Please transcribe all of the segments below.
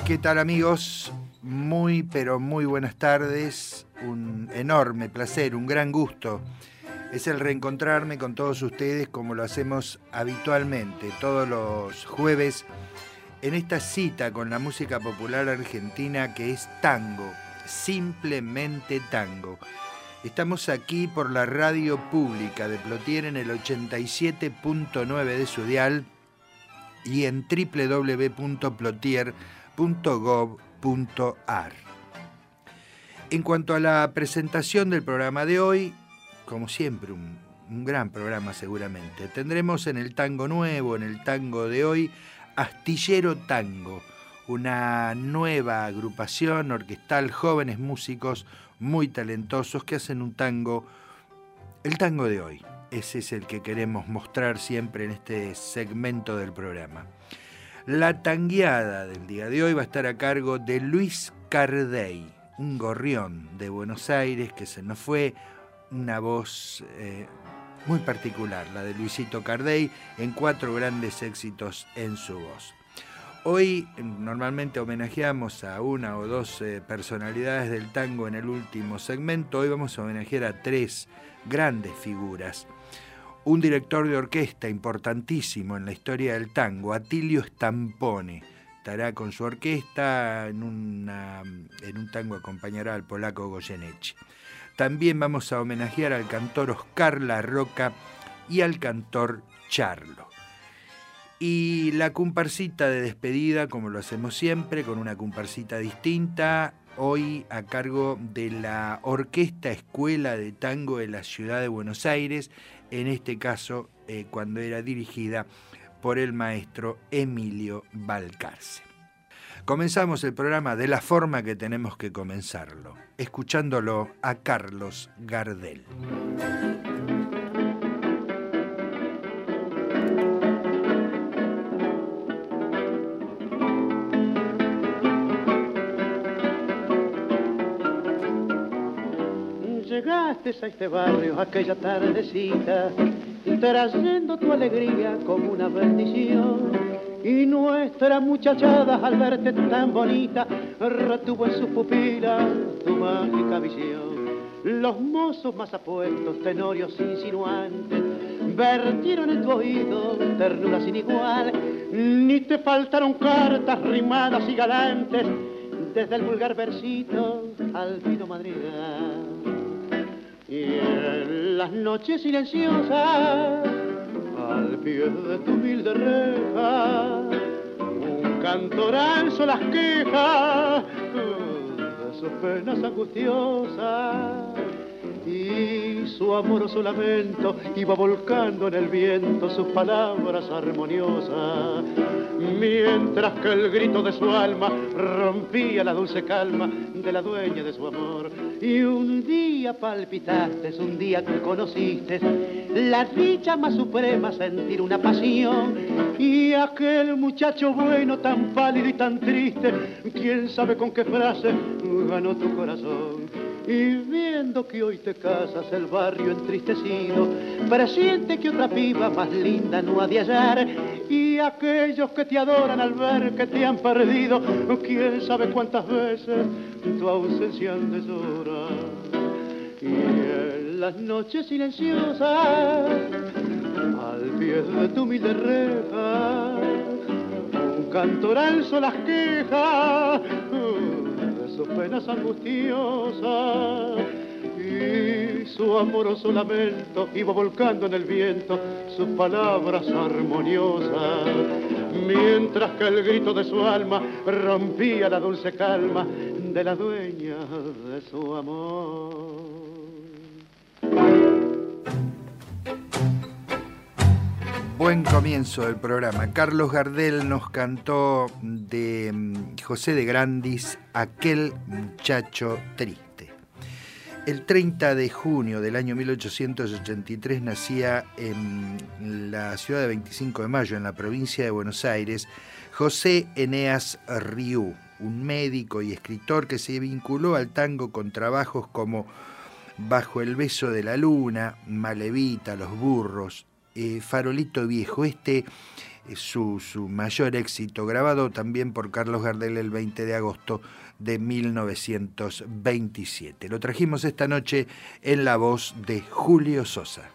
¿Qué tal, amigos? Muy, pero muy buenas tardes. Un enorme placer, un gran gusto. Es el reencontrarme con todos ustedes como lo hacemos habitualmente, todos los jueves, en esta cita con la música popular argentina que es tango, simplemente tango. Estamos aquí por la radio pública de Plotier en el 87.9 de su dial y en www.plotier.gov.ar. En cuanto a la presentación del programa de hoy, como siempre, un gran programa seguramente. Tendremos en el tango nuevo, en el tango de hoy, Astillero Tango, una nueva agrupación orquestal, jóvenes músicos muy talentosos que hacen un tango, el tango de hoy. Ese es el que queremos mostrar siempre en este segmento del programa. La tangueada del día de hoy va a estar a cargo de Luis Cardey, un gorrión de Buenos Aires que se nos fue, una voz muy particular, la de Luisito Cardey, en 4 grandes éxitos en su voz. Hoy normalmente homenajeamos a una o dos personalidades del tango en el último segmento. Hoy vamos a homenajear a 3 grandes figuras. Un director de orquesta importantísimo en la historia del tango, Atilio Stampone, estará con su orquesta en un tango, acompañará al polaco Goyeneche. También vamos a homenajear al cantor Oscar La Roca y al cantor Charlo. Y la comparsita de despedida, como lo hacemos siempre, con una comparsita distinta, hoy a cargo de la Orquesta Escuela de Tango de la Ciudad de Buenos Aires, en este caso cuando era dirigida por el maestro Emilio Balcarce. Comenzamos el programa de la forma que tenemos que comenzarlo, escuchándolo a Carlos Gardel. Llegaste a este barrio aquella tardecita, trayendo tu alegría como una bendición. Y nuestra muchachada, al verte tan bonita, retuvo en sus pupilas tu mágica visión. Los mozos más apuestos, tenorios insinuantes, vertieron en tu oído ternura sin igual. Ni te faltaron cartas rimadas y galantes, desde el vulgar versito al fino madrigal. Y en las noches silenciosas, al pie de tu humilde reja, un cantoral son las quejas de sus penas angustiosas, y su amoroso lamento iba volcando en el viento sus palabras armoniosas, mientras que el grito de su alma rompía la dulce calma de la dueña de su amor. Y un día palpitaste, un día que conociste la dicha más suprema, sentir una pasión, y aquel muchacho bueno tan pálido y tan triste, quién sabe con qué frase ganó tu corazón. Y viendo que hoy te casas, el barrio entristecido presiente que otra piba más linda no ha de hallar, y aquellos que te adoran al ver que te han perdido, quién sabe cuántas veces tu ausencia han de llorar. Y en las noches silenciosas, al pie de tu humilde reja, un cantoral son las quejas de sus penas angustiosas, y su amoroso lamento iba volcando en el viento sus palabras armoniosas, mientras que el grito de su alma rompía la dulce calma de la dueña de su amor. Buen comienzo del programa. Carlos Gardel nos cantó de José de Grandis, Aquel muchacho triste. El 30 de junio del año 1883 nacía en la ciudad de 25 de Mayo, en la provincia de Buenos Aires, José Eneas Riú, un médico y escritor que se vinculó al tango con trabajos como Bajo el beso de la luna, Malevita, Los burros Farolito Viejo. Este es su mayor éxito, grabado también por Carlos Gardel el 20 de agosto de 1927. Lo trajimos esta noche en la voz de Julio Sosa.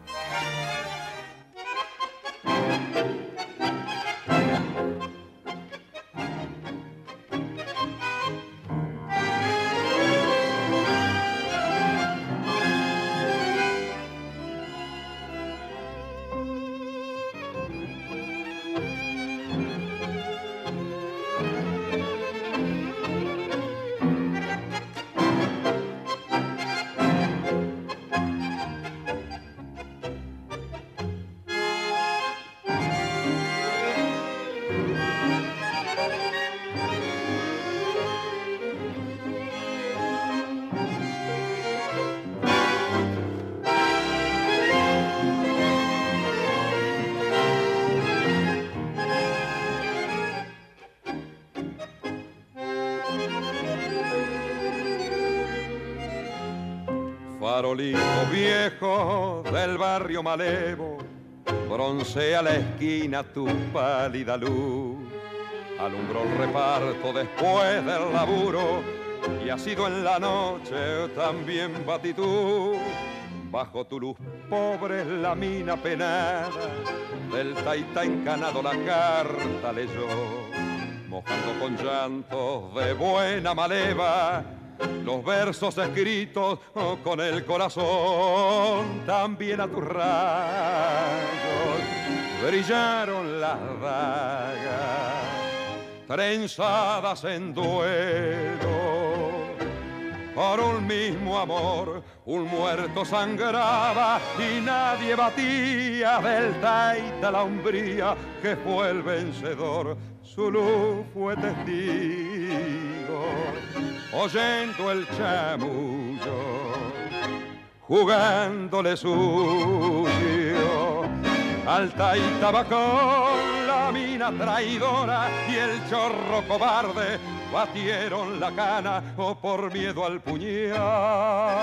Farolito viejo del barrio Malevo, broncea la esquina tu pálida luz. Alumbró el reparto después del laburo y ha sido en la noche también batí tú. Bajo tu luz pobre la mina penada, del taita encanado la carta leyó, mojando con llantos de buena maleva los versos escritos con el corazón. También a tus rayos brillaron las dagas, trenzadas en duelo. Por un mismo amor, un muerto sangraba y nadie batía del taita la umbría que fue el vencedor. Su luz fue testigo, oyendo el chamullo, jugándole sucio al taita bacón. La mina traidora y el chorro cobarde batieron la cana o por miedo al puñal.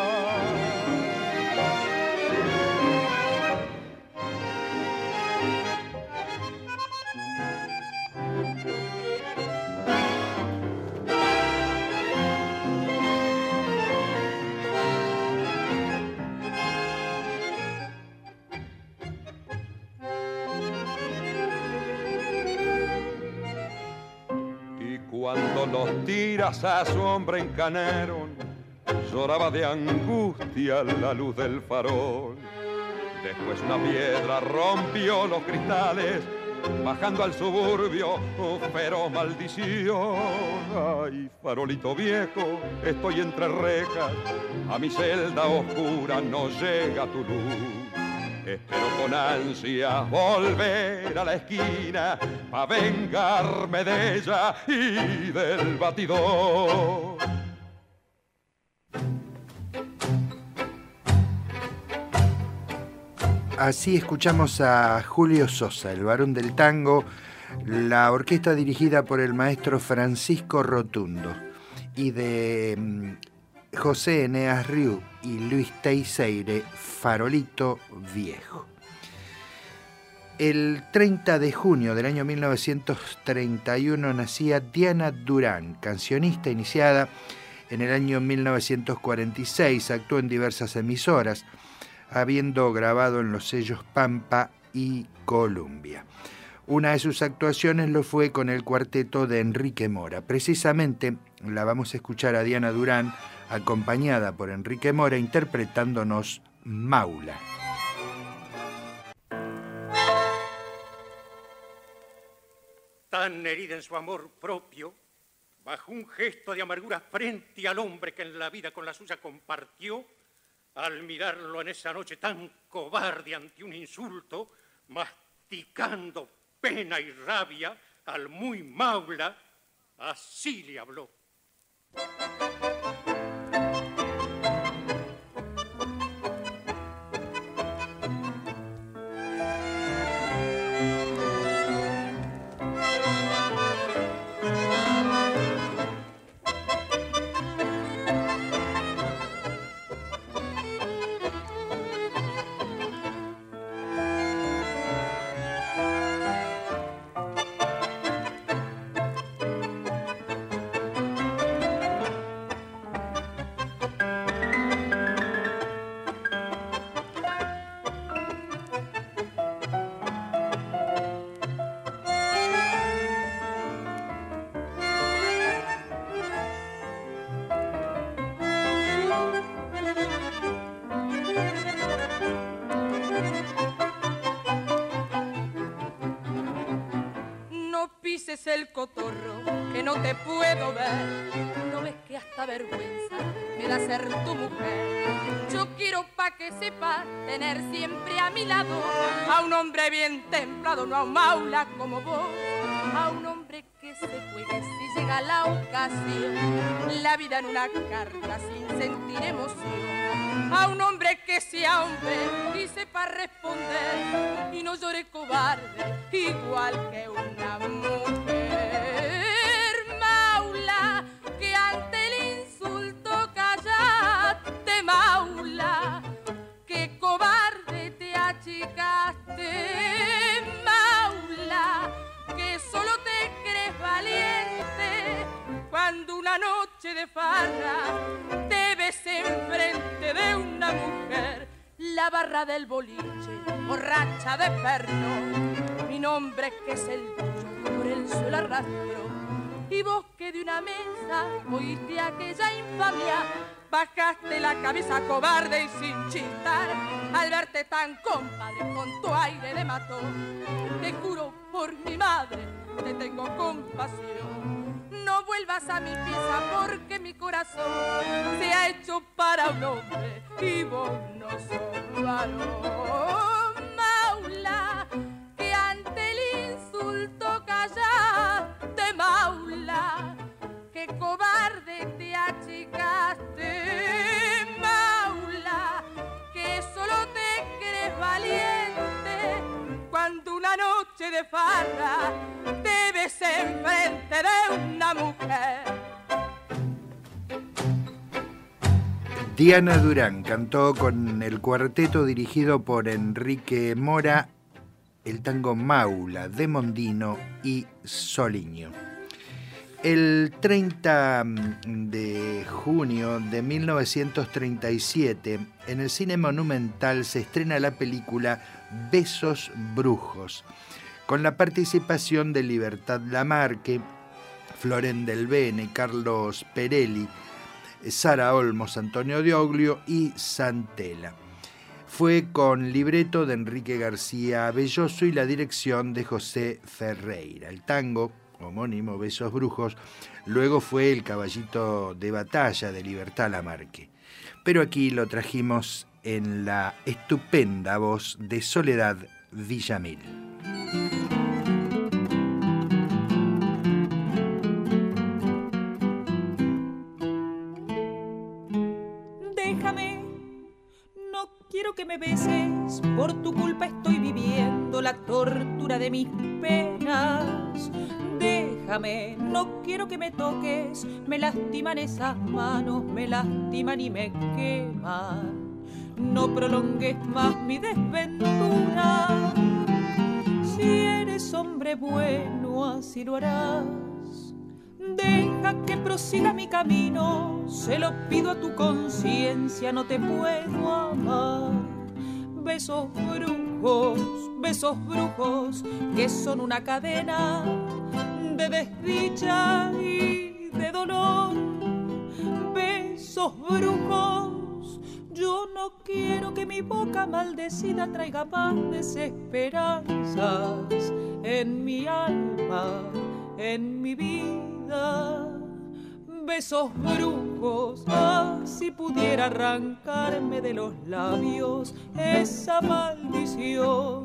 Cuando los tiras a su hombre encanaron, lloraba de angustia la luz del farol. Después una piedra rompió los cristales, bajando al suburbio feroz maldición. Ay, farolito viejo, estoy entre rejas, a mi celda oscura no llega tu luz. Espero con ansia volver a la esquina pa' vengarme de ella y del batidor. Así escuchamos a Julio Sosa, el varón del tango, la orquesta dirigida por el maestro Francisco Rotundo y de José Eneas Riu y Luis Teixeira, Farolito Viejo. El 30 de junio del año 1931 nacía Diana Durán, cancionista iniciada en el año 1946, actuó en diversas emisoras, habiendo grabado en los sellos Pampa y Columbia. Una de sus actuaciones lo fue con el cuarteto de Enrique Mora. Precisamente la vamos a escuchar a Diana Durán, acompañada por Enrique Mora, interpretándonos Maula. Tan herida en su amor propio, bajo un gesto de amargura frente al hombre que en la vida con la suya compartió, al mirarlo en esa noche tan cobarde ante un insulto, masticando pena y rabia al muy maula, así le habló. dices el cotorro que no te puedo ver. No ves que hasta vergüenza me da ser tu mujer. Yo quiero pa' que sepas tener siempre a mi lado a un hombre bien templado, no a un maula como vos. A un hombre que se juegue si llega la ocasión, la vida en una carta sin sentir emoción. A un hombre que sea hombre y sepa responder y no llore cobarde igual que una mujer. Maula, que ante el insulto callaste, maula, que cobarde te achicaste, maula, que solo te crees valiente cuando una noche de farra te ves enfrente de una mujer. La barra del boliche, borracha de perno, mi nombre que es el tuyo, por el suelo arrastro. Y vos que de una mesa oíste aquella infamia, bajaste la cabeza cobarde y sin chistar al verte tan compadre con tu aire de matón. Te juro por mi madre, te tengo compasión. No vuelvas a mi pieza porque mi corazón se ha hecho para un hombre y vos no sos varón. Maula, que ante el insulto callaste, maula, que cobarde te achicaste, maula, que solo te crees valiente cuando una noche de farra te ves enfrente de una mujer. Diana Durán cantó con el cuarteto dirigido por Enrique Mora el tango Maula de Mondino y Soliño. El 30 de junio de 1937, en el Cine Monumental se estrena la película Besos Brujos, con la participación de Libertad Lamarque, Floren del Bene, Carlos Perelli, Sara Olmos, Antonio Dioglio y Santella. Fue con libreto de Enrique García Belloso y la dirección de José Ferreira. El tango homónimo Besos Brujos luego fue El caballito de batalla de Libertad Lamarque. Pero aquí lo trajimos en la estupenda voz de Soledad Villamil. Déjame, no quiero que me beses, por tu culpa estoy viviendo la tortura de mis penas. Déjame, no quiero que me toques, me lastiman esas manos, me lastiman y me queman. No prolongues más mi desventura, si eres hombre bueno así lo harás. Deja que prosiga mi camino, se lo pido a tu conciencia, no te puedo amar. Besos brujos, que son una cadena de desdicha y de dolor. Besos brujos, yo no quiero que mi boca maldecida traiga más desesperanzas en mi alma, en mi vida. Besos brujos, así pudiera arrancarme de los labios esa maldición.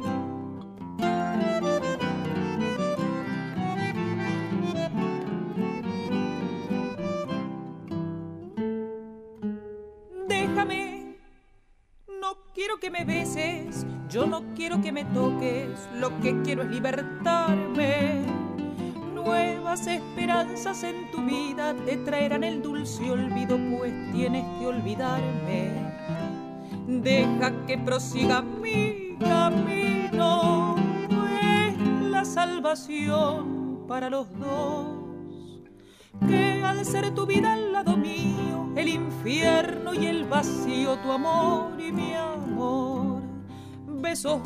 Déjame, no quiero que me beses, yo no quiero que me toques, lo que quiero es libertarme. Nuevas esperanzas en tu vida te traerán el dulce olvido, pues tienes que olvidarme. Deja que prosiga mi camino, es la salvación para los dos. Que al ser tu vida al lado mío, el infierno y el vacío, tu amor y mi amor. Besos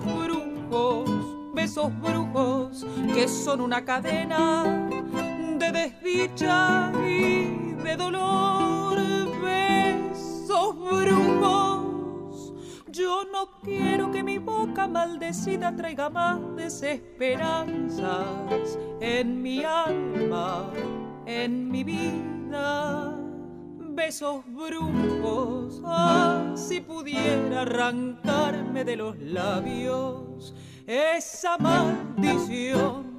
brujos, que son una cadena de desdicha y de dolor. Besos brujos, Yo no quiero que mi boca maldecida traiga más desesperanzas en mi alma, en mi vida. Besos brujos, si pudiera arrancarme de los labios esa maldición.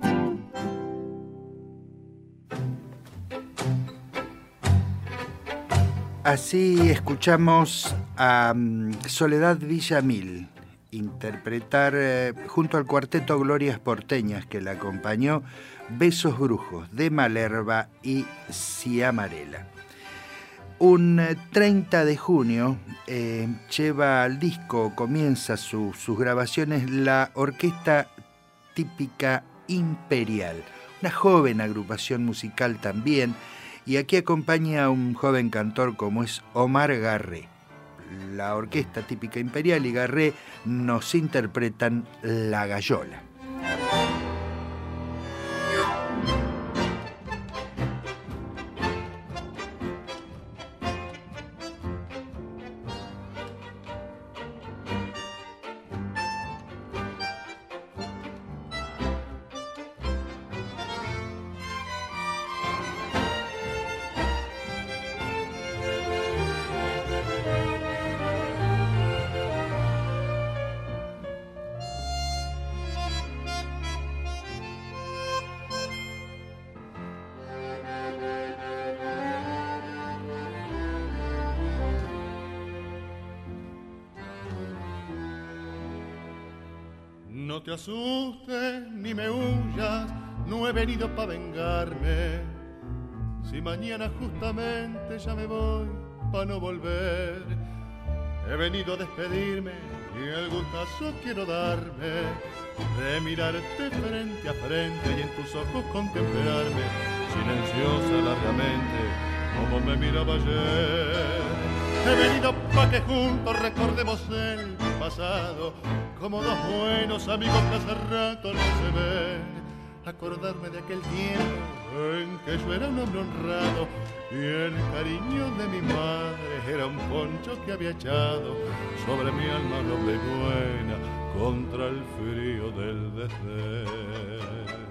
Así escuchamos a Soledad Villamil interpretar junto al cuarteto Glorias Porteñas que la acompañó Besos Brujos de Malerva y Ciamarela. Un 30 de junio lleva al disco, comienza sus grabaciones la Orquesta Típica Imperial, una joven agrupación musical también, y aquí acompaña a un joven cantor como es Omar Garré. La Orquesta Típica Imperial y Garré nos interpretan La Gallola. No te asustes ni me huyas, no he venido para vengarme. Si mañana justamente ya me voy para no volver, he venido a despedirme y el gustazo quiero darme de mirarte frente a frente y en tus ojos contemplarme silenciosa largamente como me miraba ayer. He venido pa' que juntos recordemos el pasado como dos buenos amigos que hace rato no se ven. Acordarme de aquel tiempo en que yo era un hombre honrado y el cariño de mi madre era un poncho que había echado sobre mi alma noble y buena contra el frío del desdén.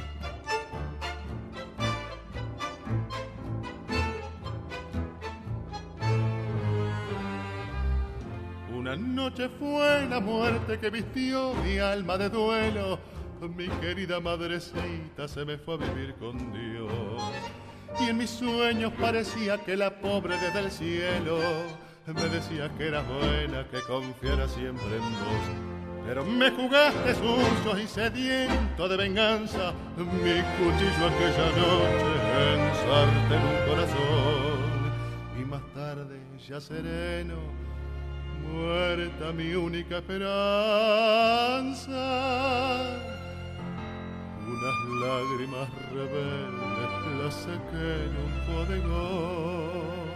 Una noche fue la muerte que vistió mi alma de duelo. Mi querida madrecita se me fue a vivir con Dios. Y en mis sueños parecía que la pobre desde el cielo me decía que eras buena, que confiara siempre en vos. Pero me jugaste sucio y sediento de venganza mi cuchillo aquella noche ensarte en un corazón. Y más tarde, ya sereno, muerta mi única esperanza, unas lágrimas rebeldes las sequé en un bodegón.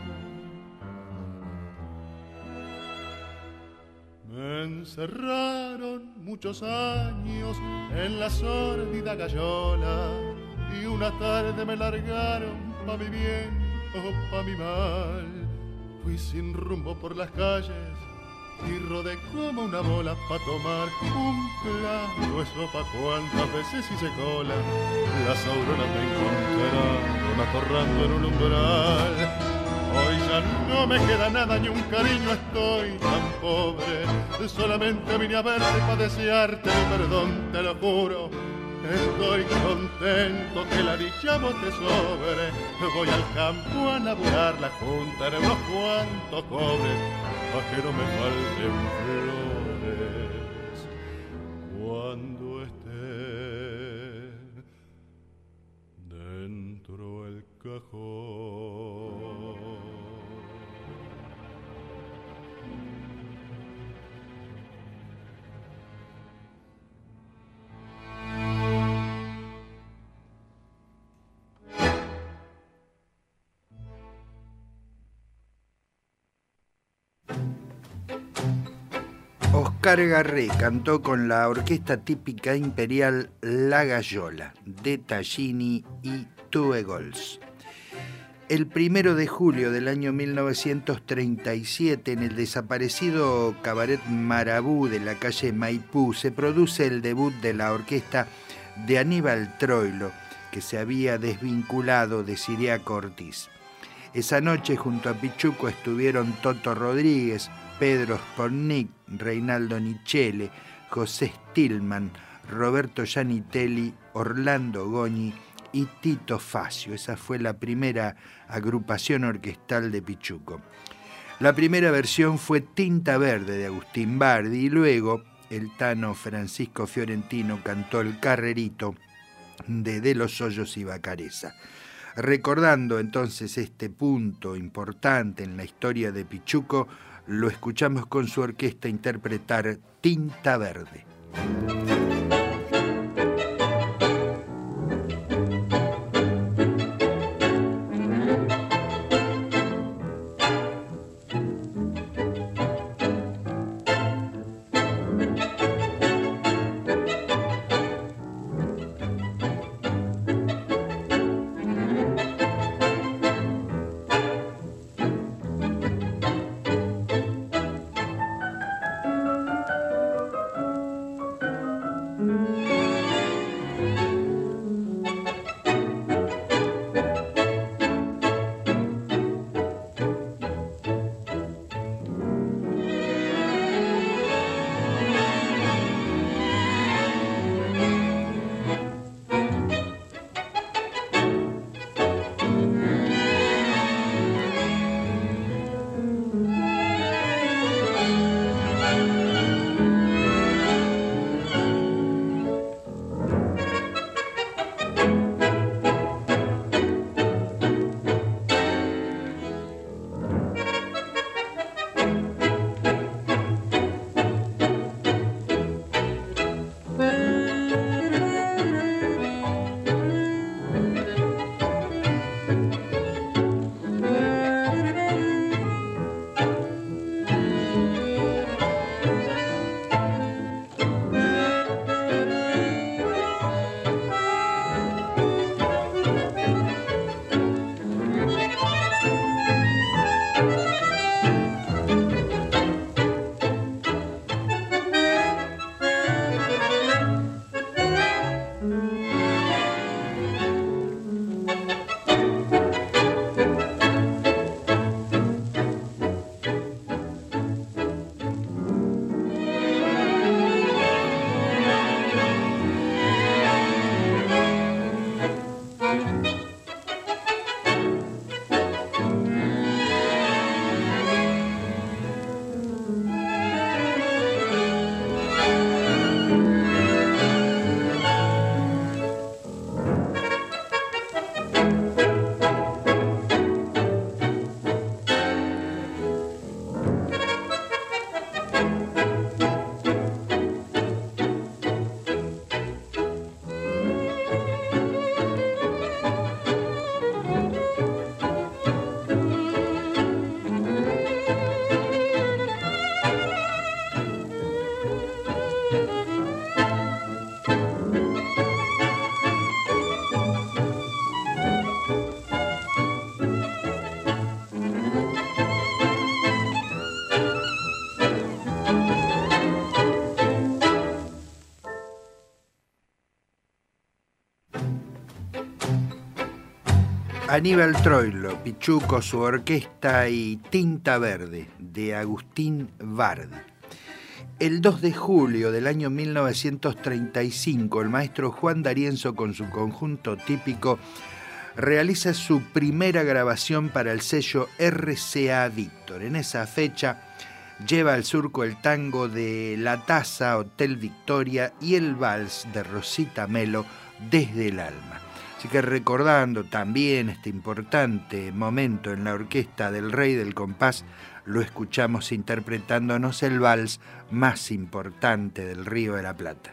Me encerraron muchos años en la sórdida gallola y una tarde me largaron pa' mi bien o pa' mi mal. Fui sin rumbo por las calles y rodé como una bola pa' tomar un plato de sopa. Cuántas veces hice cola, las auroras me encontraron acorrando en un umbral. Hoy ya no me queda nada ni un cariño, estoy tan pobre. Solamente vine a verte pa' desearte mi perdón, te lo juro. Estoy contento que la dicha vos te sobre. Voy al campo a laburar, la juntaré unos cuantos cobres pa' que no me falten flores cuando esté dentro el cajón. Oscar Garré cantó con la Orquesta Típica Imperial La Gallola, de Tallini y Tuegols. El 1 de julio del año 1937, en el desaparecido Cabaret Marabú de la calle Maipú, se produce el debut de la orquesta de Aníbal Troilo, que se había desvinculado de Siriaco Ortiz. Esa noche, junto a Pichuco, estuvieron Toto Rodríguez, Pedro Spolnik, Reinaldo Nichele, José Stillman, Roberto Gianitelli, Orlando Goñi y Tito Facio. Esa fue la primera agrupación orquestal de Pichuco. La primera versión fue Tinta Verde de Agustín Bardi, y luego el tano Francisco Fiorentino cantó El Carrerito de los Hoyos y Bacareza. Recordando entonces este punto importante en la historia de Pichuco, lo escuchamos con su orquesta interpretar Tinta Verde. Aníbal Troilo, Pichuco, su orquesta y Tinta Verde, de Agustín Bardi. El 2 de julio del año 1935, el maestro Juan D'Arienzo, con su conjunto típico, realiza su primera grabación para el sello RCA Víctor. En esa fecha lleva al surco el tango de La Taza, Hotel Victoria, y el vals de Rosita Melo, Desde el Alma. Así que recordando también este importante momento en la orquesta del Rey del Compás, lo escuchamos interpretándonos el vals más importante del Río de la Plata.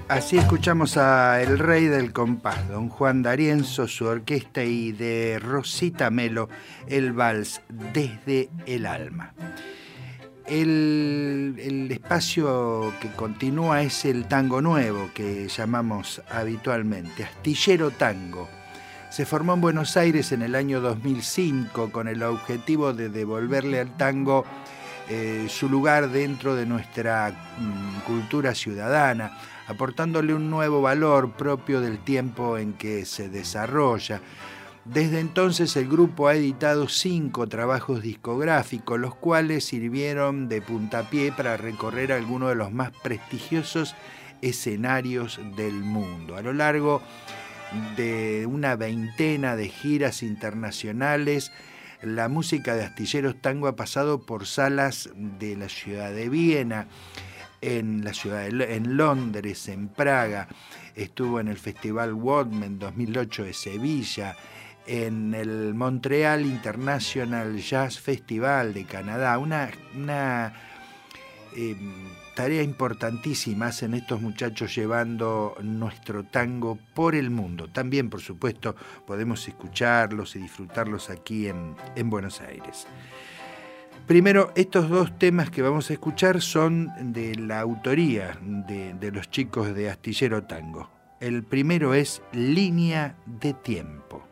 Así escuchamos a el rey del compás, don Juan D'Arienzo, su orquesta, y de Rosita Melo, el vals Desde el alma. El espacio que continúa es el tango nuevo, que llamamos habitualmente Astillero Tango. Se formó en Buenos Aires en el año 2005 con el objetivo de devolverle al tango su lugar dentro de nuestra cultura ciudadana, aportándole un nuevo valor propio del tiempo en que se desarrolla. Desde entonces el grupo ha editado 5 trabajos discográficos, los cuales sirvieron de puntapié para recorrer algunos de los más prestigiosos escenarios del mundo. A lo largo de una veintena de giras internacionales, la música de Astilleros Tango ha pasado por salas de la ciudad de Viena, en Londres, en Praga, estuvo en el Festival Woodman 2008 de Sevilla, en el Montreal International Jazz Festival de Canadá. Una tarea importantísima hacen estos muchachos llevando nuestro tango por el mundo. También, por supuesto, podemos escucharlos y disfrutarlos aquí en Buenos Aires. Primero, estos 2 temas que vamos a escuchar son de la autoría de los chicos de Astillero Tango. El primero es Línea de Tiempo.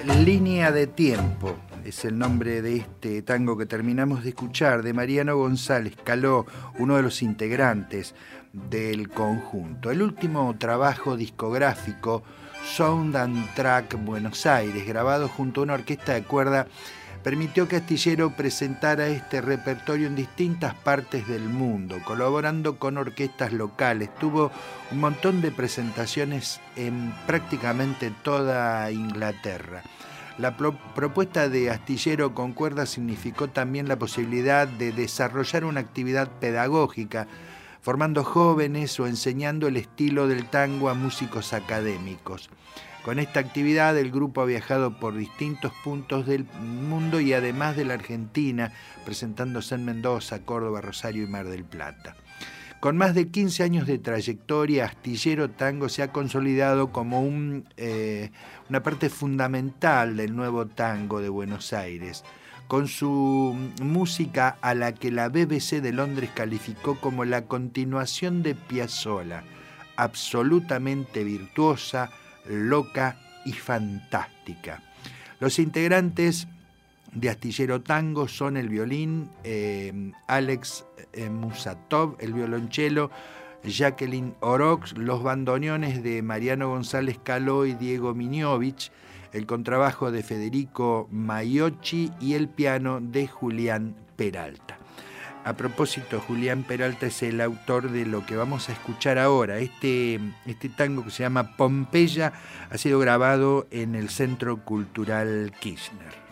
Línea de tiempo es el nombre de este tango que terminamos de escuchar, de Mariano González Caló, uno de los integrantes del conjunto. El último trabajo discográfico, Sound and Track Buenos Aires, grabado junto a una orquesta de cuerda, permitió que Astillero presentara este repertorio en distintas partes del mundo, colaborando con orquestas locales. Tuvo un montón de presentaciones en prácticamente toda Inglaterra. La propuesta de Astillero con cuerda significó también la posibilidad de desarrollar una actividad pedagógica, formando jóvenes o enseñando el estilo del tango a músicos académicos. Con esta actividad el grupo ha viajado por distintos puntos del mundo y además de la Argentina, presentándose en Mendoza, Córdoba, Rosario y Mar del Plata. Con más de 15 años de trayectoria, Astillero Tango se ha consolidado como una parte fundamental del nuevo tango de Buenos Aires, con su música a la que la BBC de Londres calificó como la continuación de Piazzolla, absolutamente virtuosa, loca y fantástica. Los integrantes de Astillero Tango son el violín Alex Musatov, el violonchelo Jacqueline Orox, los bandoneones de Mariano González Caló y Diego Miñovich, el contrabajo de Federico Maiocchi y el piano de Julián Peralta. A propósito, Julián Peralta es el autor de lo que vamos a escuchar ahora. Este tango que se llama Pompeya ha sido grabado en el Centro Cultural Kirchner.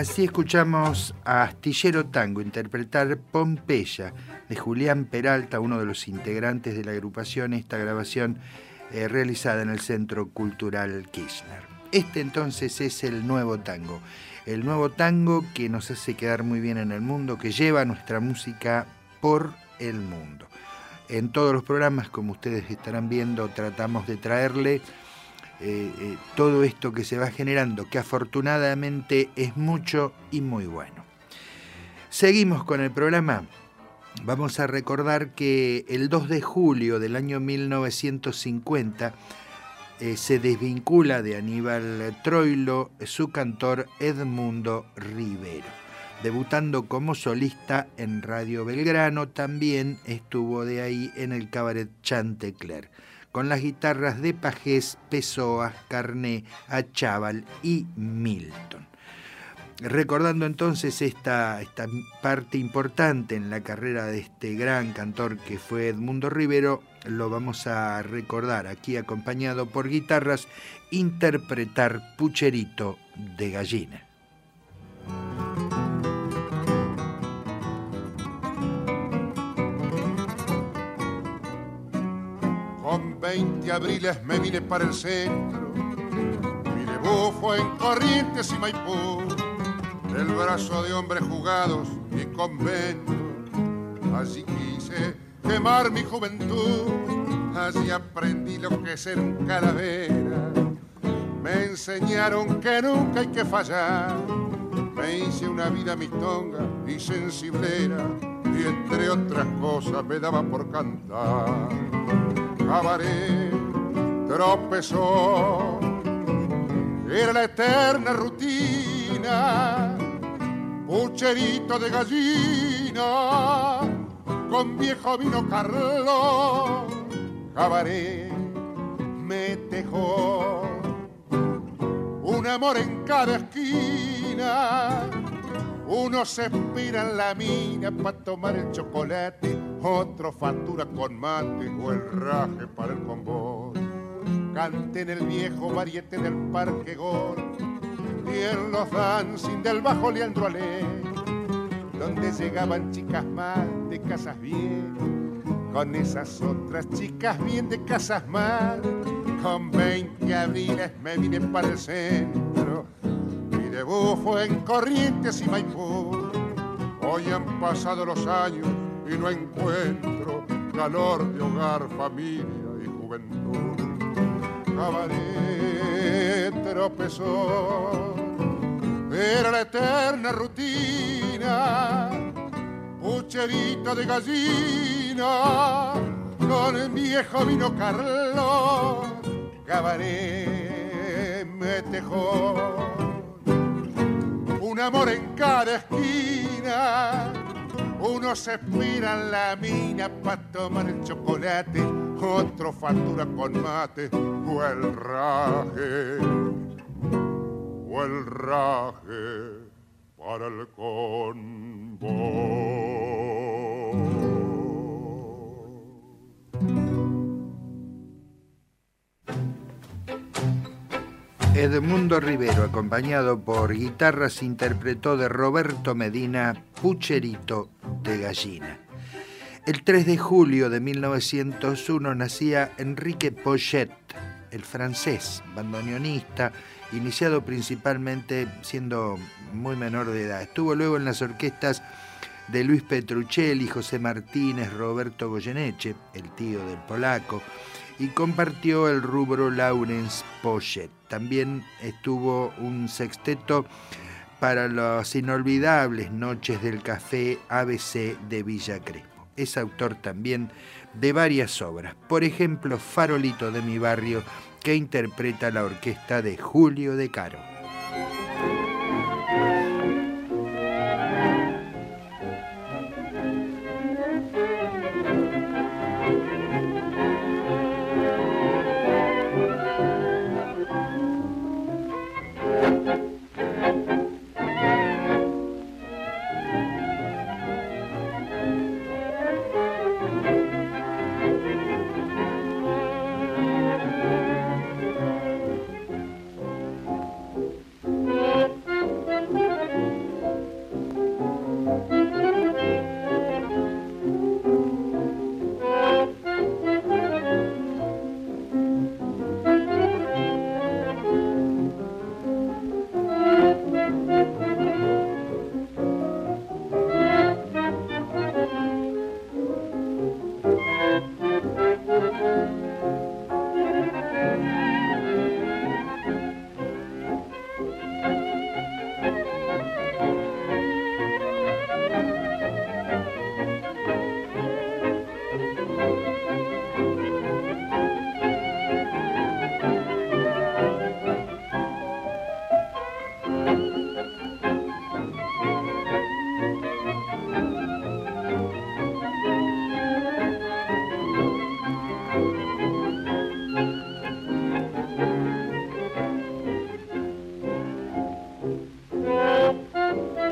Así escuchamos a Astillero Tango interpretar Pompeya de Julián Peralta, uno de los integrantes de la agrupación, esta grabación realizada en el Centro Cultural Kirchner. Este entonces es el nuevo tango que nos hace quedar muy bien en el mundo, que lleva nuestra música por el mundo. En todos los programas, como ustedes estarán viendo, tratamos de traerle todo esto que se va generando, que afortunadamente es mucho y muy bueno. Seguimos con el programa. Vamos a recordar que el 2 de julio del año 1950 se desvincula de Aníbal Troilo su cantor Edmundo Rivero. Debutando como solista en Radio Belgrano, también estuvo de ahí en el cabaret Chantecler, con las guitarras de Pajés, Pessoa, Carné, Achával y Milton. Recordando entonces esta parte importante en la carrera de este gran cantor que fue Edmundo Rivero, lo vamos a recordar aquí acompañado por guitarras, interpretar Pucherito de Gallina. Con 20 abriles me vine para el centro, mi debut fue en Corrientes y Maipú, el brazo de hombres jugados y convento. Allí quise quemar mi juventud, allí aprendí lo que es ser un calavera. Me enseñaron que nunca hay que fallar, me hice una vida mistonga y sensiblera, y entre otras cosas me daba por cantar. Cabaret, tropezó, era la eterna rutina, pucherito de gallina, con viejo vino Carlos, cabaret, me tejó, un amor en cada esquina, uno se espera en la mina para tomar el chocolate, otro factura con mate o el raje para el convoy. Canté en el viejo variete del Parque Gor y en los dancing del Bajo Leandro Ale, donde llegaban chicas mal de casas bien, con esas otras chicas bien de casas mal. Con 20 abriles me vine para el centro, mi debut fue en Corrientes y Maipú. Hoy han pasado los años y no encuentro calor de hogar, familia y juventud. Cabaret, tropezó, era la eterna rutina, pucherito de gallina, con el viejo vino Carlos, cabaret me tejó, un amor en cada esquina, uno se espera en la mina para tomar el chocolate, otro factura con mate o el raje para el convoy. Edmundo Rivero, acompañado por guitarras, interpretó de Roberto Medina Pucherito de Gallina. El 3 de julio de 1901 nacía Enrique Pochet, el francés, bandoneonista, iniciado principalmente siendo muy menor de edad. Estuvo luego en las orquestas de Luis Petruccelli, José Martínez, Roberto Goyeneche, el tío del polaco, y compartió el rubro Laurence Pochet. También estuvo un sexteto para las inolvidables noches del café ABC de Villa Crespo. Es autor también de varias obras, por ejemplo, Farolito de mi barrio, que interpreta la orquesta de Julio De Caro.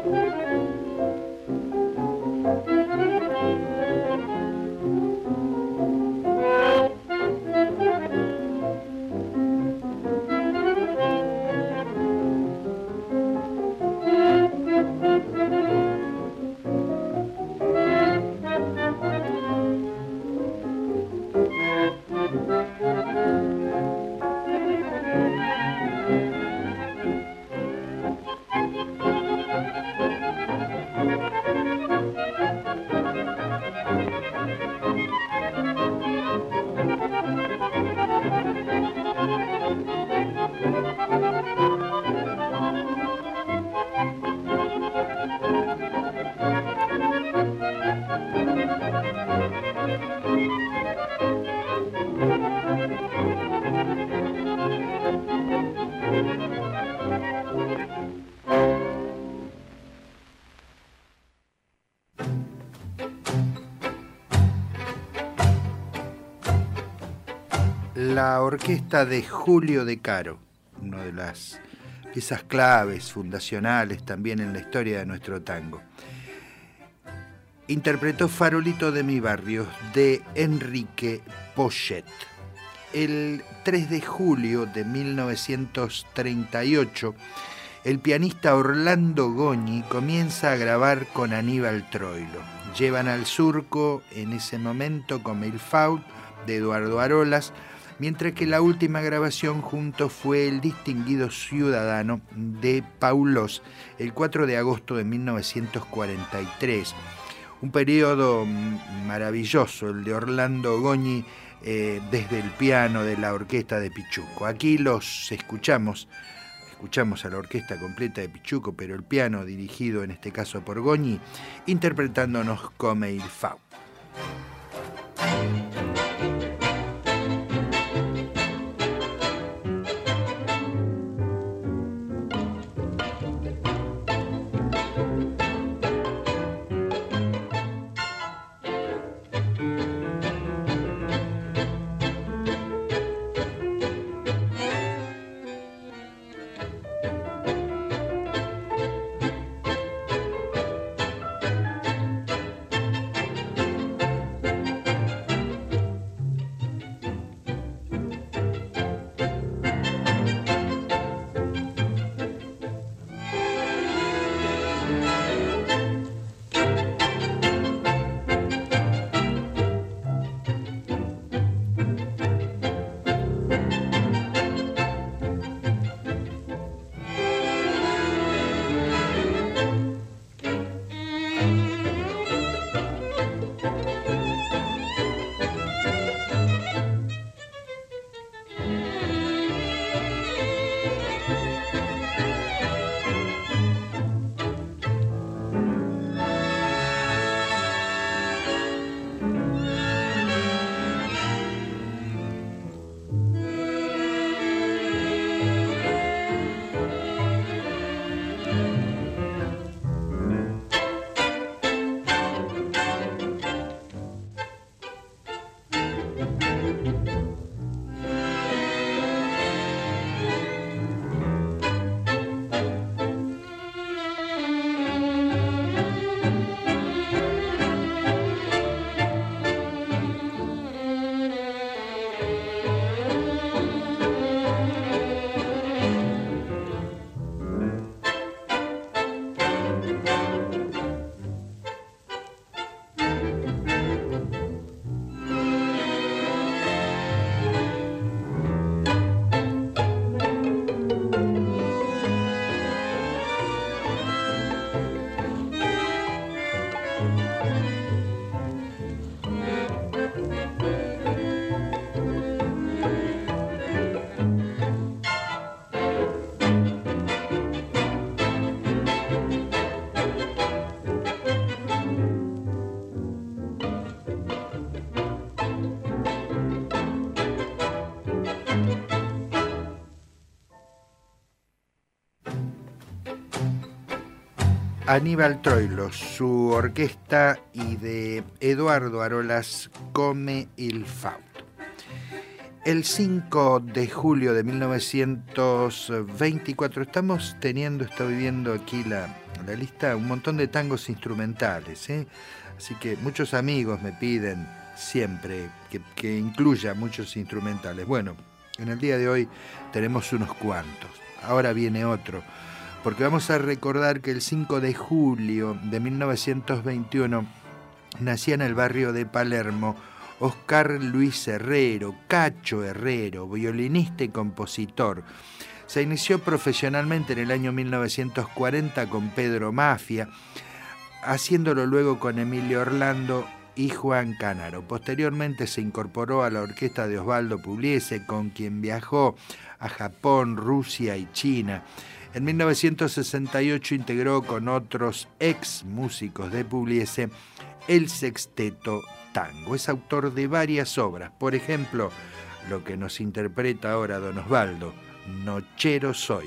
La orquesta de Julio De Caro, una de las piezas claves, fundacionales también en la historia de nuestro tango. Interpretó Farolito de mi barrio, de Enrique Pochet. El 3 de julio de 1938, el pianista Orlando Goñi comienza a grabar con Aníbal Troilo. Llevan al surco en ese momento con El Faut de Eduardo Arolas, mientras que la última grabación juntos fue El distinguido ciudadano de Paulos, el 4 de agosto de 1943. Un periodo maravilloso, el de Orlando Goñi, desde el piano de la orquesta de Pichuco. Aquí los escuchamos a la orquesta completa de Pichuco, pero el piano dirigido en este caso por Goñi, interpretándonos Come il Faut. Aníbal Troilo, su orquesta, y de Eduardo Arolas, Come il Faut. El 5 de julio de 1924, está viviendo aquí la lista un montón de tangos instrumentales, ¿eh? Así que muchos amigos me piden siempre que incluya muchos instrumentales. Bueno, en el día de hoy tenemos unos cuantos. Ahora viene otro, porque vamos a recordar que el 5 de julio de 1921 nacía en el barrio de Palermo Oscar Luis Herrero, Cacho Herrero, violinista y compositor. Se inició profesionalmente en el año 1940 con Pedro Mafia, haciéndolo luego con Emilio Orlando y Juan Canaro. Posteriormente se incorporó a la orquesta de Osvaldo Pugliese, con quien viajó a Japón, Rusia y China. En 1968 integró con otros ex músicos de Pugliese el Sexteto Tango. Es autor de varias obras, por ejemplo, lo que nos interpreta ahora don Osvaldo, Nochero Soy.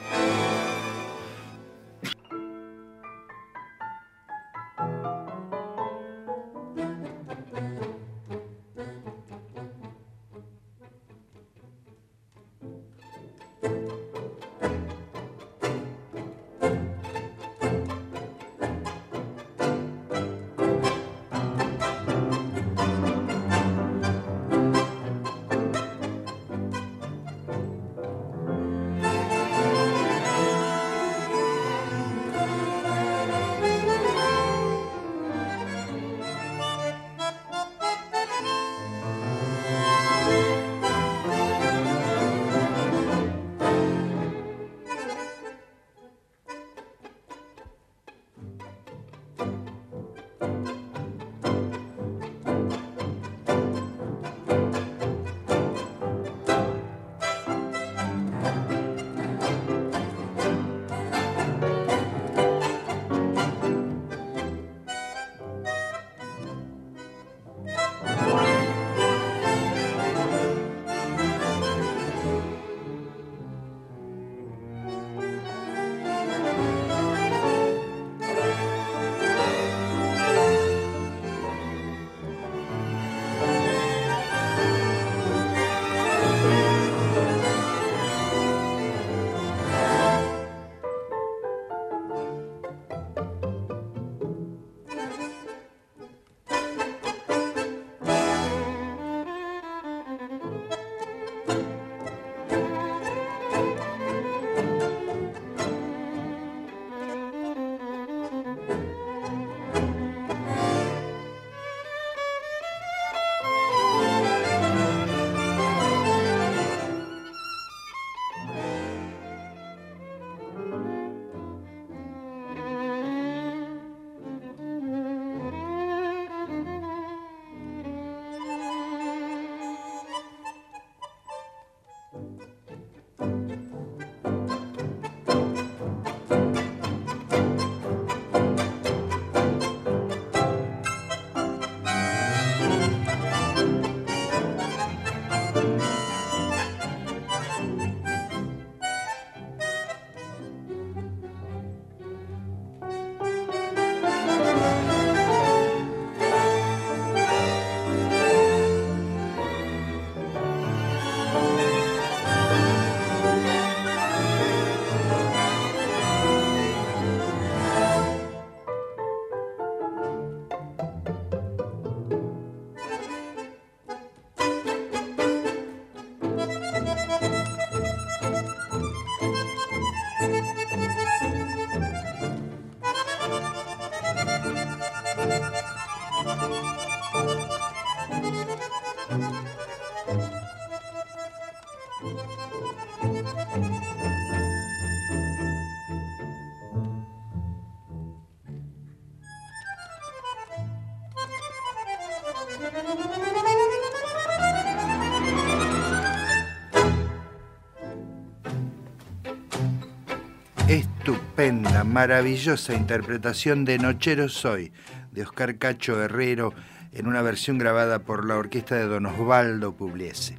Estupenda, maravillosa interpretación de Nochero Soy, de Oscar Cacho Herrero, en una versión grabada por la orquesta de don Osvaldo Pugliese.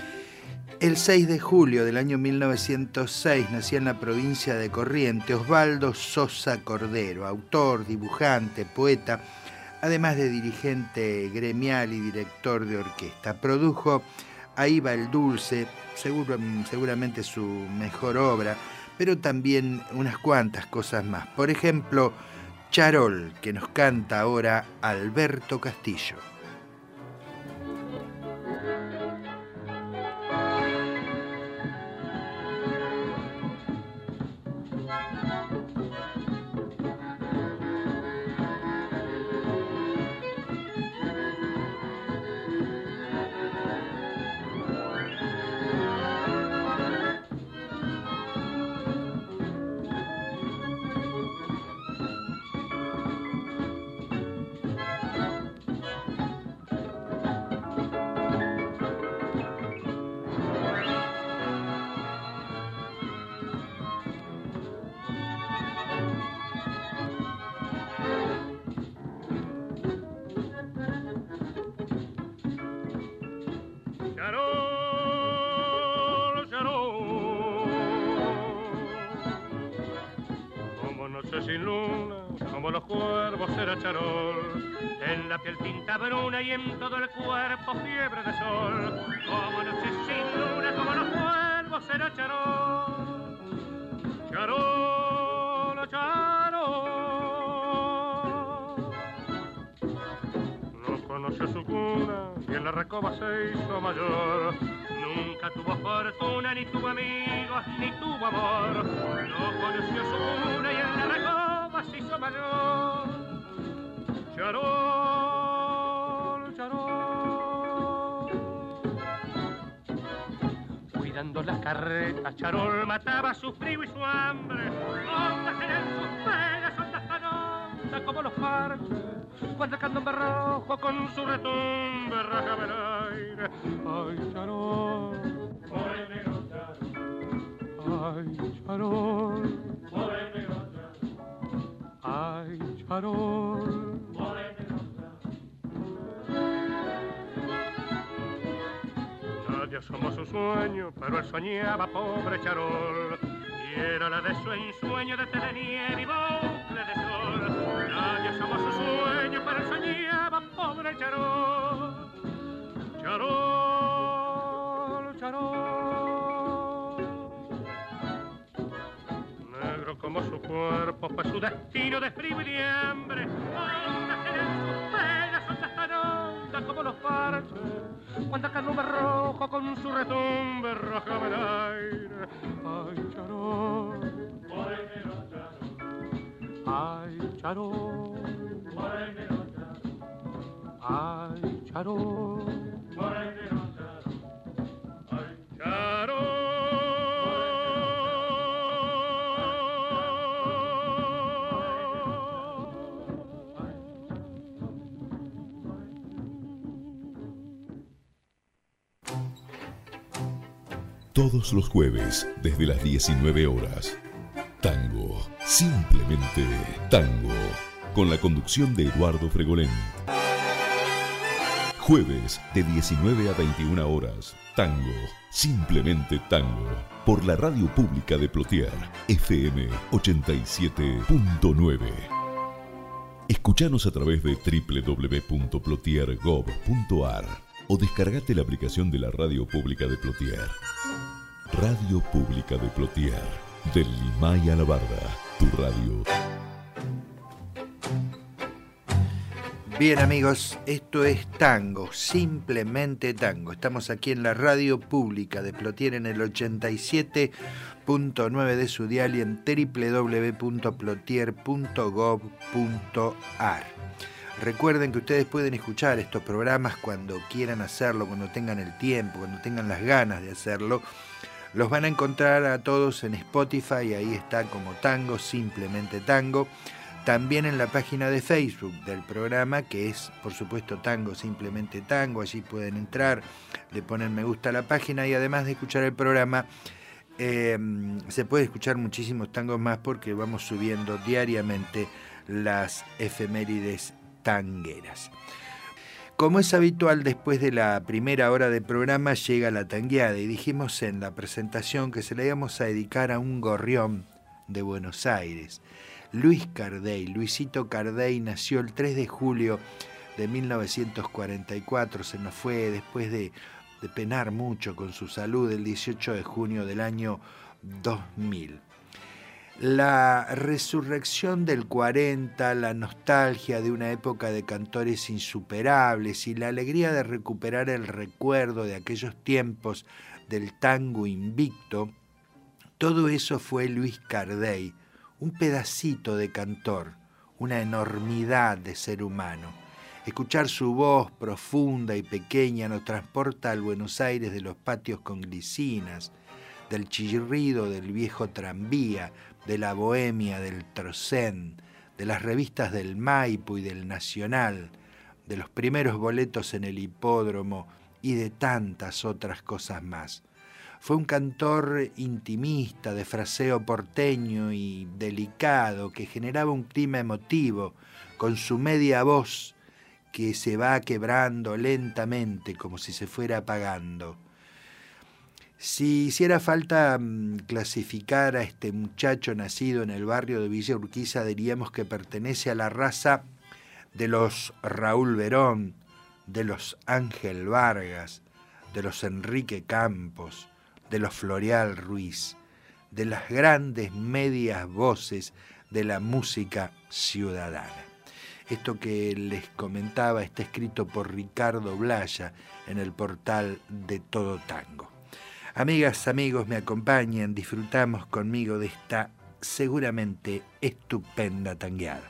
El 6 de julio del año 1906 nacía en la provincia de Corrientes Osvaldo Sosa Cordero, autor, dibujante, poeta, además de dirigente gremial y director de orquesta. Produjo Ahí va el dulce, seguramente su mejor obra, pero también unas cuantas cosas más. Por ejemplo, Charol, que nos canta ahora Alberto Castillo. Sin luna, como los cuervos era Charol, en la piel tinta bruna y en todo el cuerpo fiebre de sol, como noche sin luna, como los cuervos era Charol, Charol, Charol. No conoció su cuna y en la recoba se hizo mayor, nunca tuvo fortuna, ni tuvo amigos, ni tuvo amor, no conoció su cuna y en la recoba se hizo mayor. Charol, Charol. Cuidando las carretas, Charol mataba su frío y su hambre, ondas en sus penas, ondas tan hondas como los parches, cuando el candombe rojo con su retumbe rajaba el aire. Ay, Charol, por el negro Charol. Ay, Charol, por el negro Charol. Ay, Charol, por el negro Charol. Nadie asomó su sueño, pero él soñaba, pobre Charol, y era la de su ensueño de telenieve y bucle de sol. Nadie asomó su sueño, pero él soñaba, pobre Charol, Charol, Charol. Negro como su cuerpo fue su destino de frío y de hambre, ondas en sus penas, ondas tan hondas como los parches, cuando el candombe rojo con su retumbe rajaba el aire. Ay, Charol, por el negro Charol. Ay, Charol, por el negro Charol. Ay, Charol, por el negro Charol. Ay, Charol. Todos los jueves, desde las 19 horas. Tango, simplemente tango. Con la conducción de Eduardo Fregolén. Jueves, de 19 a 21 horas. Tango, simplemente tango. Por la radio pública de Plotier, FM 87.9. Escuchanos a través de www.plotier.gov.ar o descargate la aplicación de la radio pública de Plotier. Radio Pública de Plotier, del Limay a la Barda, tu radio. Bien amigos, esto es Tango, simplemente tango. Estamos aquí en la radio pública de Plotier en el 87.9 de su dial y en www.plotier.gov.ar. Recuerden que ustedes pueden escuchar estos programas cuando quieran hacerlo, cuando tengan el tiempo, cuando tengan las ganas de hacerlo. Los van a encontrar a todos en Spotify, ahí está como Tango, simplemente tango. También en la página de Facebook del programa, que es, por supuesto, Tango, simplemente tango. Allí pueden entrar, le ponen me gusta a la página y además de escuchar el programa, se puede escuchar muchísimos tangos más porque vamos subiendo diariamente las efemérides tangueras. Como es habitual, después de la primera hora de programa llega la tangueada y dijimos en la presentación que se la íbamos a dedicar a un gorrión de Buenos Aires. Luis Cardey, Luisito Cardey, nació el 3 de julio de 1944, se nos fue después de penar mucho con su salud el 18 de junio del año 2000. La resurrección del 40, la nostalgia de una época de cantores insuperables y la alegría de recuperar el recuerdo de aquellos tiempos del tango invicto, todo eso fue Luis Cardey, un pedacito de cantor, una enormidad de ser humano. Escuchar su voz profunda y pequeña nos transporta al Buenos Aires de los patios con glicinas, del chirrido del viejo tranvía, de la bohemia del Trocén, de las revistas del Maipo y del Nacional, de los primeros boletos en el hipódromo y de tantas otras cosas más. Fue un cantor intimista, de fraseo porteño y delicado, que generaba un clima emotivo, con su media voz que se va quebrando lentamente, como si se fuera apagando. Si hiciera falta clasificar a este muchacho nacido en el barrio de Villa Urquiza, diríamos que pertenece a la raza de los Raúl Verón, de los Ángel Vargas, de los Enrique Campos, de los Floreal Ruiz, de las grandes medias voces de la música ciudadana. Esto que les comentaba está escrito por Ricardo Blaya en el portal de Todo Tango. Amigas, amigos, me acompañan, disfrutamos conmigo de esta seguramente estupenda tangueada.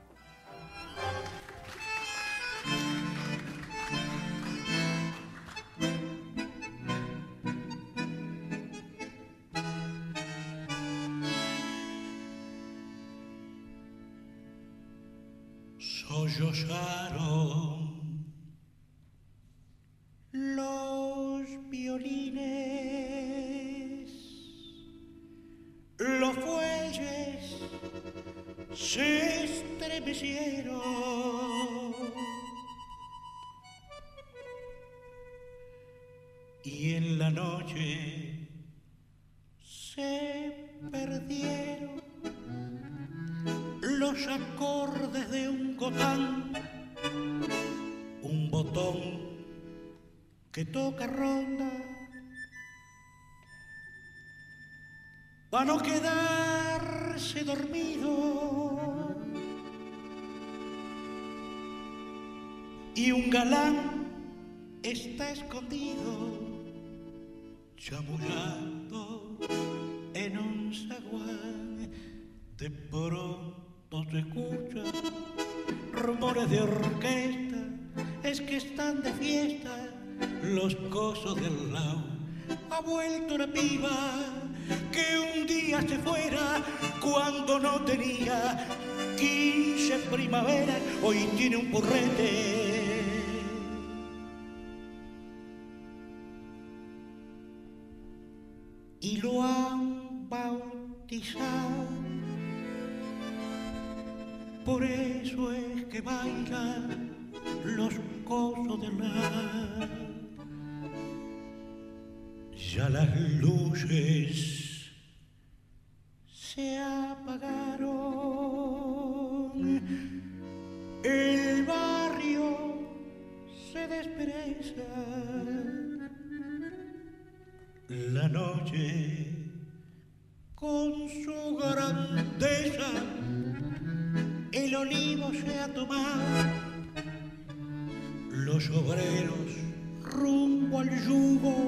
Sollozaron los violines, los fuelles se estremecieron y en la noche se perdieron los acordes de un gotán, un botón que toca ronda, para no quedarse dormido, y un galán está escondido, chamullando en un zaguán. De pronto se escuchan rumores de orquesta, es que están de fiesta los cosos del lado. Ha vuelto una piba que un día se fuera cuando no tenía 15 primaveras, hoy tiene un purrete. Y lo han bautizado, por eso es que bailan los cosos de la. Ya las luces se apagaron, el barrio se despereza, la noche con su grandeza el olivo se ha tomado, los obreros rumbo al yugo,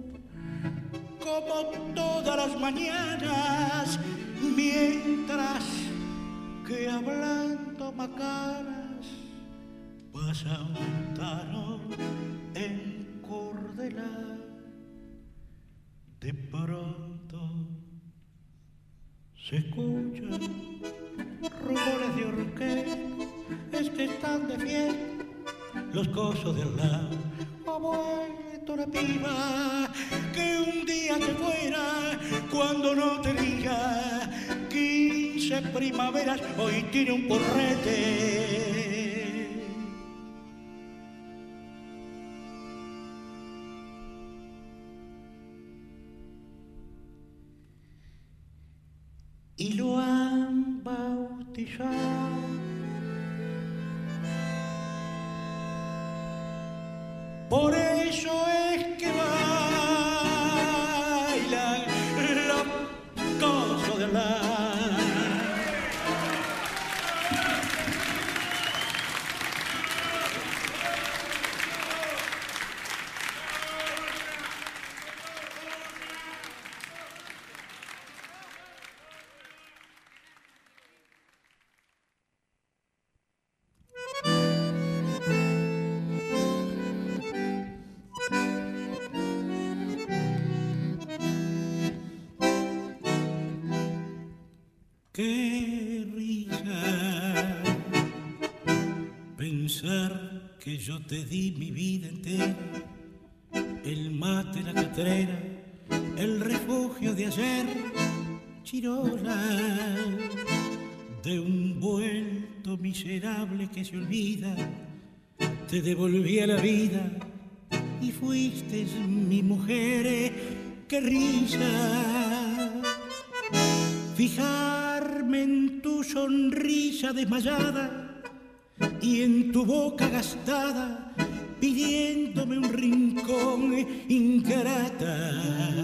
como todas las mañanas, mientras que hablando macanas pasa un tano en Cordela. De pronto se escuchan rumores de orquesta, es que están de fiesta los cosos del lado. Ha vuelto una piba que un día se fuera cuando no tenía 15 primaveras, hoy tiene un porrete. Y lo han bautizado por eso es que bailan los cosos de la. Qué risa pensar que yo te di mi vida entera, el mate, la catrera, el refugio de ayer, chirola de un vuelto miserable que se olvida. Te devolví a la vida y fuiste mi mujer. Qué risa fijarme en tu sonrisa desmayada y en tu boca gastada, pidiéndome un rincón ingrata.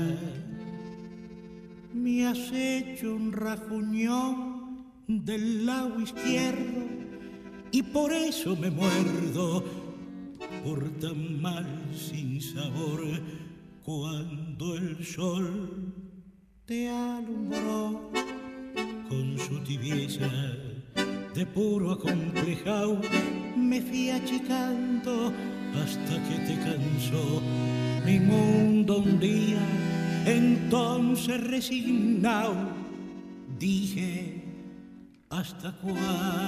Me has hecho un rajuñón del lado izquierdo y por eso me muerdo por tan mal sin sabor. Cuando el sol te alumbró con su tibieza de puro acomplejao, me fui achicando hasta que te cansó mi mundo un día. Entonces resignado dije: ¿hasta cuándo?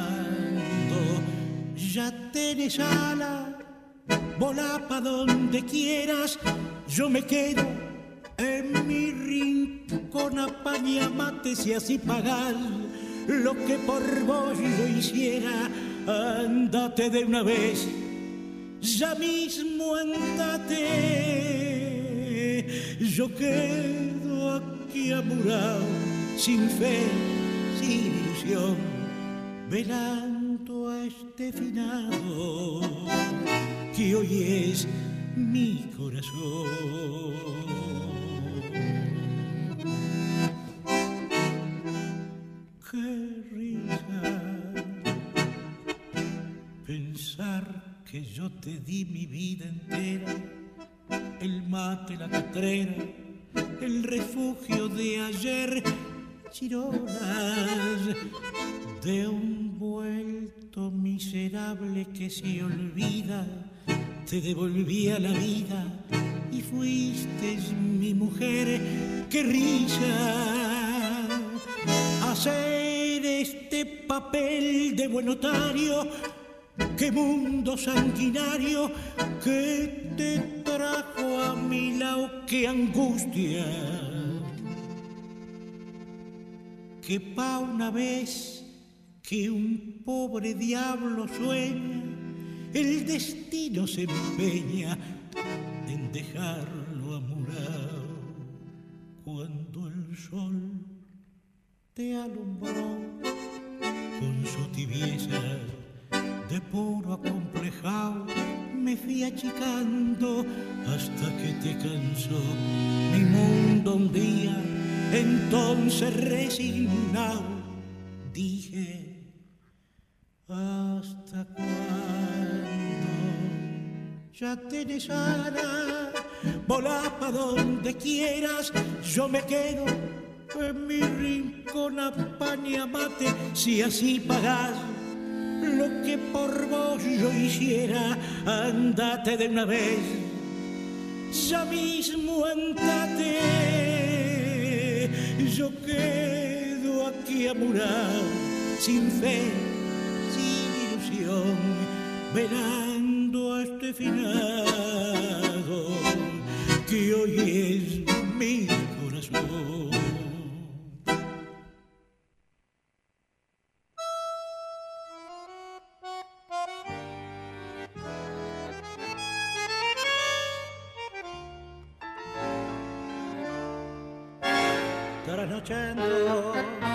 Ya tenés ala, volá pa' donde quieras, yo me quedo en mi rincón, apaña mate si así pagás lo que por vos yo hiciera. Andate de una vez, ya mismo andate, yo quedo aquí amurado, sin fe, sin ilusión, velando a este finado que hoy es mi corazón. Qué risa pensar que yo te di mi vida entera, el mate, la catrera, el refugio de ayer, chirolas de un vuelto miserable que se olvida. Te devolví a la vida y fuiste mi mujer. Qué risa hacer este papel de buen notario. Qué mundo sanguinario que te trajo a mi lado. Qué angustia que pa' una vez que un pobre diablo sueña, el destino se empeña en dejarlo amurado. Cuando el sol te alumbró con su tibieza de puro acomplejado, me fui achicando hasta que te cansó mi mundo un día. Entonces resignado dije: ¿hasta cuándo? Ya tenés ala, volá pa' donde quieras, yo me quedo en mi rincón, apaña mate si así pagás lo que por vos yo hiciera. Andate de una vez, ya mismo andate, yo quedo aquí amurado, sin fe, sin ilusión, velando a este finado que hoy es mi corazón. Trasnochando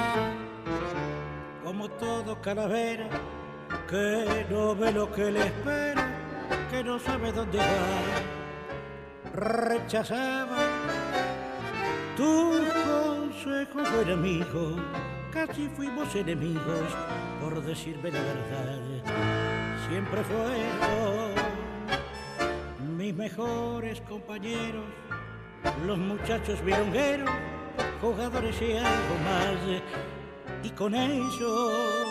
como todo calavera que no ve lo que le espera, que no sabe dónde va. Rechazaba tus consejos, buen amigo, casi fuimos enemigos, por decirme la verdad. Siempre fueron mis mejores compañeros, los muchachos milongueros, jugadores y algo más, y con ellos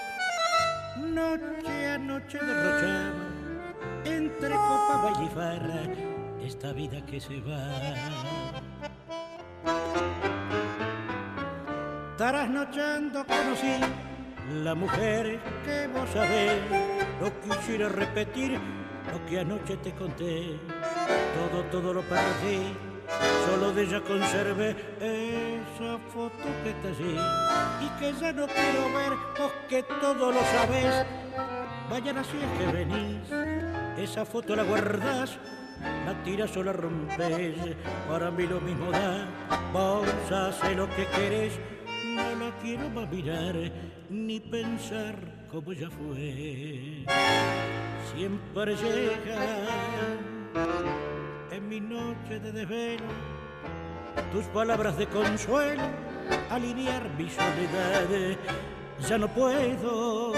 noche a noche derrochaba entre copa, baile y farra esta vida que se va. Trasnochando conocí la mujer que vos sabés. No quisiera repetir lo que anoche te conté. Todo lo perdí, solo de ella conservé esa foto que está allí y que ya no quiero ver, vos que todo lo sabés. Mañana si es que venís, esa foto la guardás, la tiras o la rompes, para mí lo mismo da. Vos haces lo que querés, no la quiero más mirar, ni pensar como ya fue. Siempre llega en mi noche de desvelo tus palabras de consuelo, aliviar mi soledad. Ya no puedo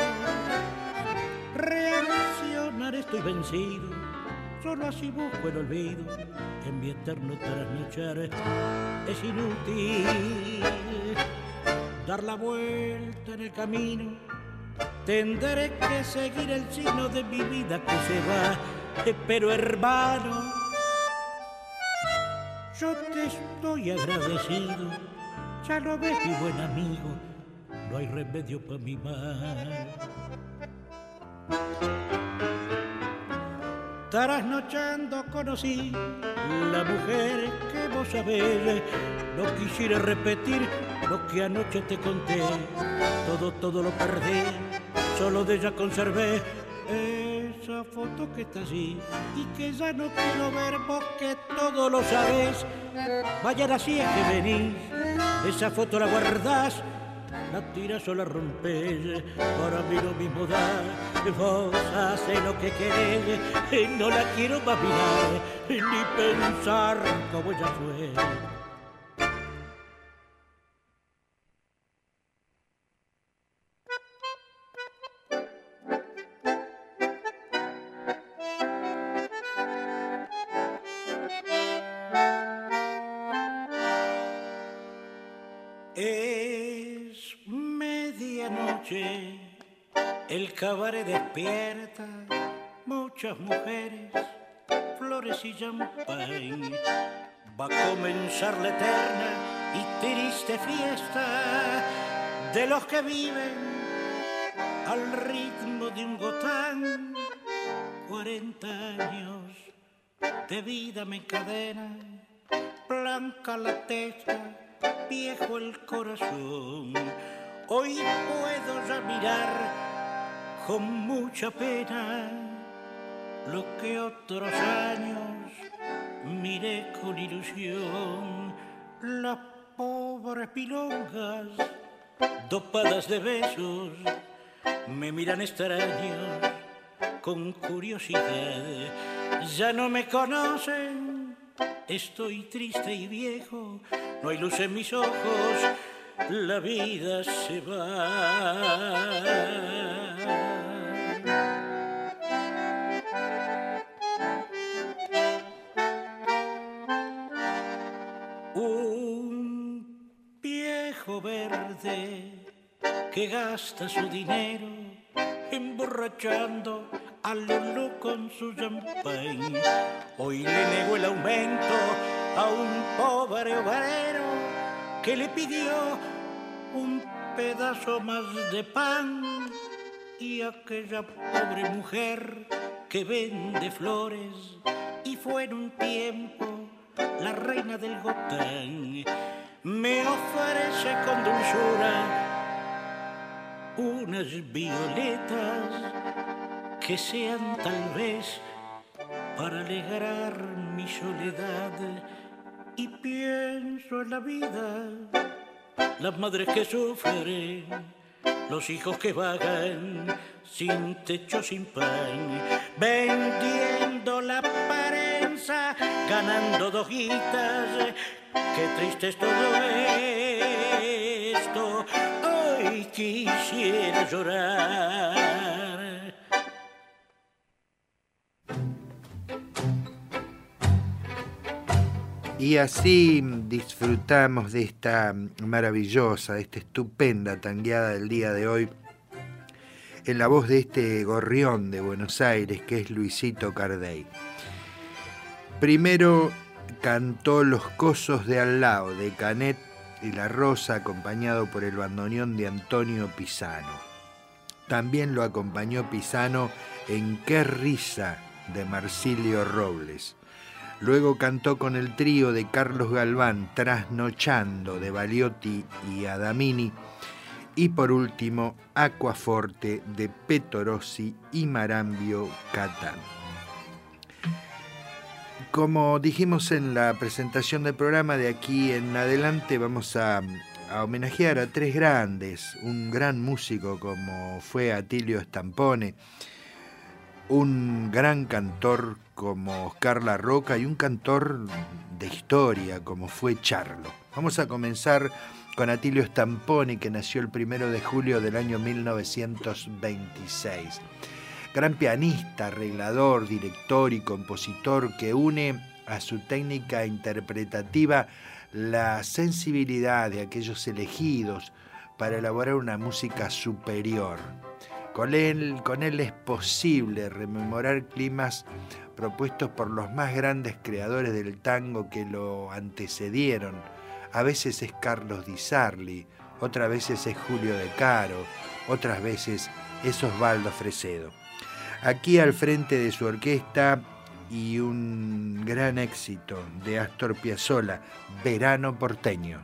reaccionar, estoy vencido, solo así busco el olvido. En mi eterno trasnochar es inútil dar la vuelta en el camino. Tendré que seguir el signo de mi vida que se va, pero hermano, yo te estoy agradecido. Ya lo ves, mi buen amigo, no hay remedio para mi mal. Trasnochando conocí la mujer que vos sabés. No quisiera repetir lo que anoche te conté. Todo lo perdí, solo de ella conservé esa foto que está allí y que ya no quiero ver, vos que todo lo sabés. Mañana si es que venís, esa foto la guardás, la tiras o la rompes, para mí lo mismo da. Vos haces lo que querés, no la quiero más mirar, ni pensar como ella fue. Es medianoche, el cabaret despierta, muchas mujeres, flores y champán. Va a comenzar la eterna y triste fiesta de los que viven al ritmo de un gotán. 40 años de vida me encadenan, blanca la testa, viejo el corazón. Hoy puedo ya mirar con mucha pena lo que otros años miré con ilusión. Las pobres pilongas dopadas de besos me miran extraños con curiosidad. Ya no me conocen, estoy triste y viejo, no hay luz en mis ojos, la vida se va. Un viejo verde que gasta su dinero emborrachando al Lulú con su champán. Hoy le negó el aumento a un pobre obrero que le pidió un pedazo más de pan, y aquella pobre mujer que vende flores y fue en un tiempo la reina del Gotán, me ofrece con dulzura unas violetas que sean tal vez para alegrar mi soledad. Y pienso en la vida, las madres que sufren, los hijos que vagan sin techo, sin pan, vendiendo la prensa, ganando 2 guitas. Qué triste es todo esto, hoy quisiera llorar. Y así disfrutamos de esta maravillosa, de esta estupenda tangueada del día de hoy, en la voz de este gorrión de Buenos Aires, que es Luisito Cardey. Primero cantó Los cosos de al lado, de Canet, y la Rosa, acompañado por el bandoneón de Antonio Pisano. También lo acompañó Pisano en Qué risa de Marsilio Robles. Luego cantó con el trío de Carlos Galván, Trasnochando de Baliotti y Adamini. Y por último, Aquaforte de Petorossi y Marambio Catán. Como dijimos en la presentación del programa, de aquí en adelante vamos a homenajear a tres grandes. Un gran músico como fue Atilio Stampone, un gran cantor como Oscar La Roca y un cantor de historia como fue Charlo. Vamos a comenzar con Atilio Stampone, que nació el 1 de julio del año 1926. Gran pianista, arreglador, director y compositor que une a su técnica interpretativa la sensibilidad de aquellos elegidos para elaborar una música superior. Con él es posible rememorar climas propuestos por los más grandes creadores del tango que lo antecedieron. A veces es Carlos Di Sarli, otras veces es Julio De Caro, otras veces es Osvaldo Fresedo. Aquí al frente de su orquesta y un gran éxito de Astor Piazzolla, Verano Porteño.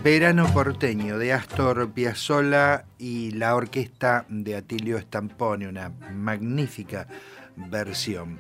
Verano porteño de Astor Piazzolla y la orquesta de Atilio Stampone, una magnífica versión.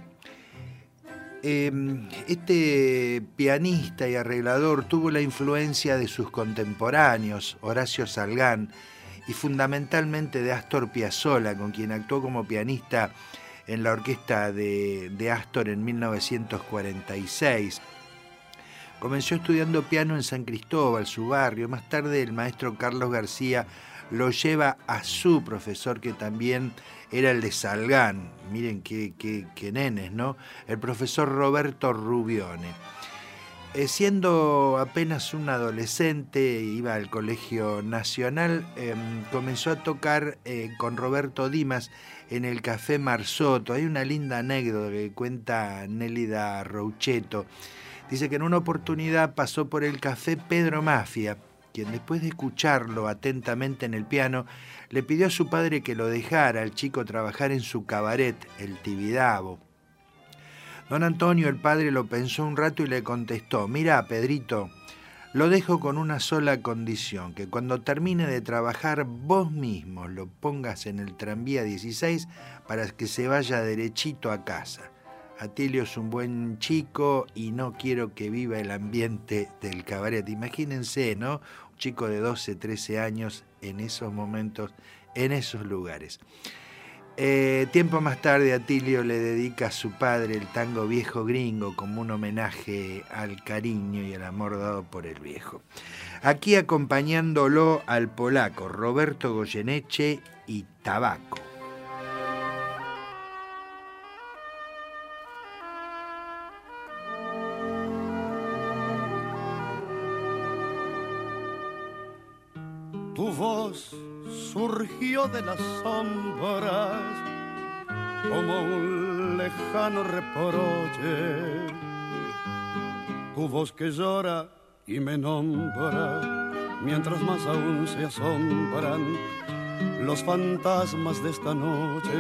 Este pianista y arreglador tuvo la influencia de sus contemporáneos, Horacio Salgán, y fundamentalmente de Astor Piazzolla, con quien actuó como pianista en la orquesta de Astor en 1946. Comenzó estudiando piano en San Cristóbal, su barrio. Más tarde el maestro Carlos García lo lleva a su profesor, que también era el de Salgán. Miren qué nenes, ¿no? El profesor Roberto Rubione. Siendo apenas un adolescente, iba al Colegio Nacional, comenzó a tocar con Roberto Dimas en el Café Marzotto. Hay una linda anécdota que cuenta Nélida Roucheto. Dice que en una oportunidad pasó por el café Pedro Mafia, quien después de escucharlo atentamente en el piano, le pidió a su padre que lo dejara al chico trabajar en su cabaret, el Tibidabo. Don Antonio, el padre, lo pensó un rato y le contestó: «Mirá, Pedrito, lo dejo con una sola condición, que cuando termine de trabajar vos mismo lo pongas en el tranvía 16 para que se vaya derechito a casa. Atilio es un buen chico y no quiero que viva el ambiente del cabaret». Imagínense, ¿no? Un chico de 12, 13 años en esos momentos, en esos lugares. Tiempo más tarde, Atilio le dedica a su padre el tango Viejo Gringo como un homenaje al cariño y al amor dado por el viejo. Aquí acompañándolo al polaco Roberto Goyeneche y Tabaco. Tu voz surgió de las sombras como un lejano reproche. Tu voz que llora y me nombra, mientras más aún se asombran los fantasmas de esta noche.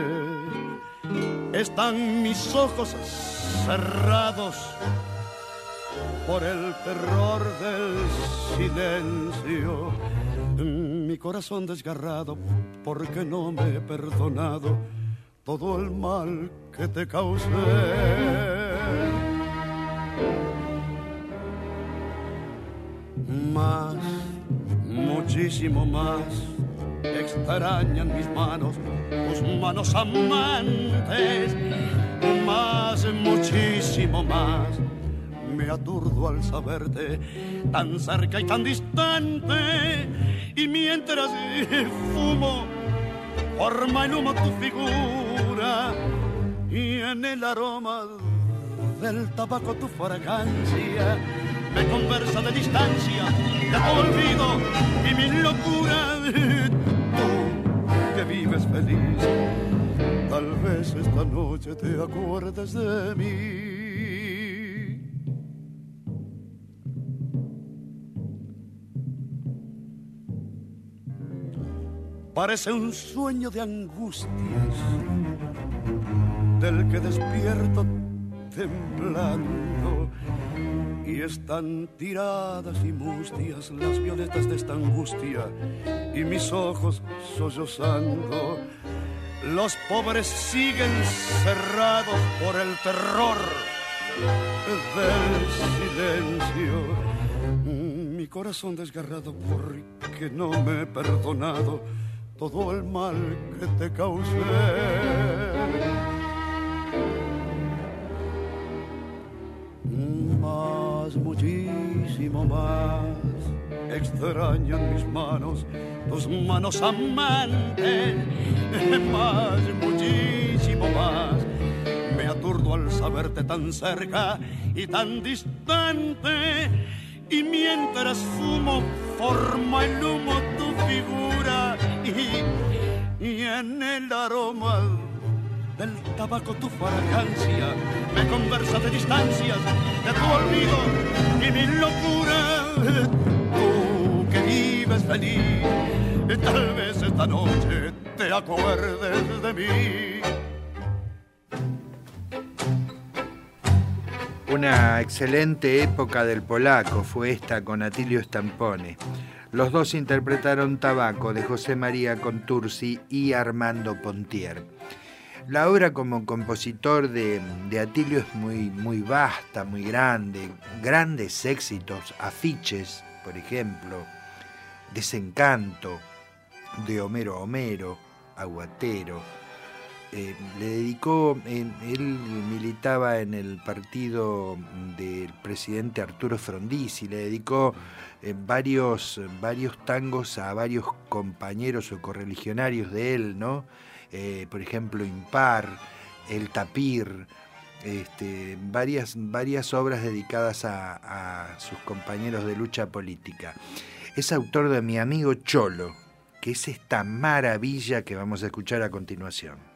Están mis ojos cerrados por el terror del silencio, mi corazón desgarrado porque no me he perdonado todo el mal que te causé. Más, muchísimo más, extrañan mis manos, tus manos amantes. Más, muchísimo más, me aturdo al saberte tan cerca y tan distante. Y mientras fumo, forma el humo tu figura, y en el aroma del tabaco tu fragancia me conversa de distancia, de tu olvido y mi locura. Tú que vives feliz, tal vez esta noche te acuerdes de mí. Parece un sueño de angustias del que despierto temblando, y están tiradas y mustias las violetas de esta angustia y mis ojos sollozando. Los pobres siguen cerrados por el terror del silencio, mi corazón desgarrado porque no me he perdonado todo el mal que te causé. Más, muchísimo más, extrañan mis manos, tus manos amantes. Más, muchísimo más, me aturdo al saberte tan cerca y tan distante. Y mientras fumo, forma el humo tu figura, y en el aroma del tabaco tu fragancia me conversa de distancias, de tu olvido y mi locura. Tú que vives feliz, tal vez esta noche te acuerdes de mí. Una excelente época del polaco fue esta con Atilio Stampone. Los dos interpretaron Tabaco de José María Contursi y Armando Pontier. La obra como compositor de Atilio es muy vasta, muy grande. Grandes éxitos, Afiches, por ejemplo, Desencanto, de Homero a Homero, Aguatero. Le dedicó, él militaba en el partido del presidente Arturo Frondizi, le dedicó varios tangos a varios compañeros o correligionarios de él, ¿no? Por ejemplo, Impar, El Tapir, varias obras dedicadas a sus compañeros de lucha política. Es autor de Mi amigo Cholo, que es esta maravilla que vamos a escuchar a continuación.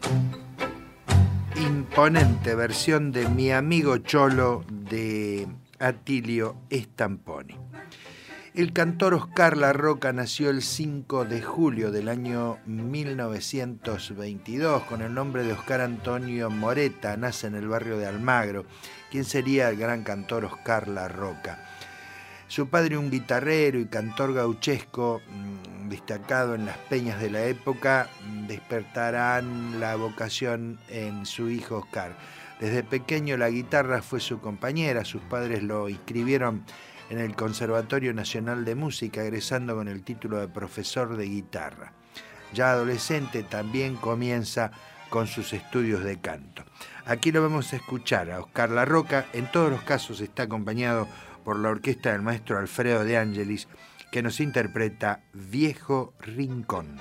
Imponente versión de Mi amigo Cholo de Atilio Stamponi. El cantor Oscar Larroca nació el 5 de julio del año 1922 con el nombre de Oscar Antonio Moreta. Nace en el barrio de Almagro. ¿Quién sería el gran cantor Oscar Larroca? Su padre, un guitarrero y cantor gauchesco destacado en las peñas de la época, despertarán la vocación en su hijo Oscar. Desde pequeño la guitarra fue su compañera. Sus padres lo inscribieron en el Conservatorio Nacional de Música, egresando con el título de profesor de guitarra. Ya adolescente también comienza con sus estudios de canto. Aquí lo vamos a escuchar a Oscar Larroca. En todos los casos está acompañado por la orquesta del maestro Alfredo de Angelis, que nos interpreta Viejo Rincón.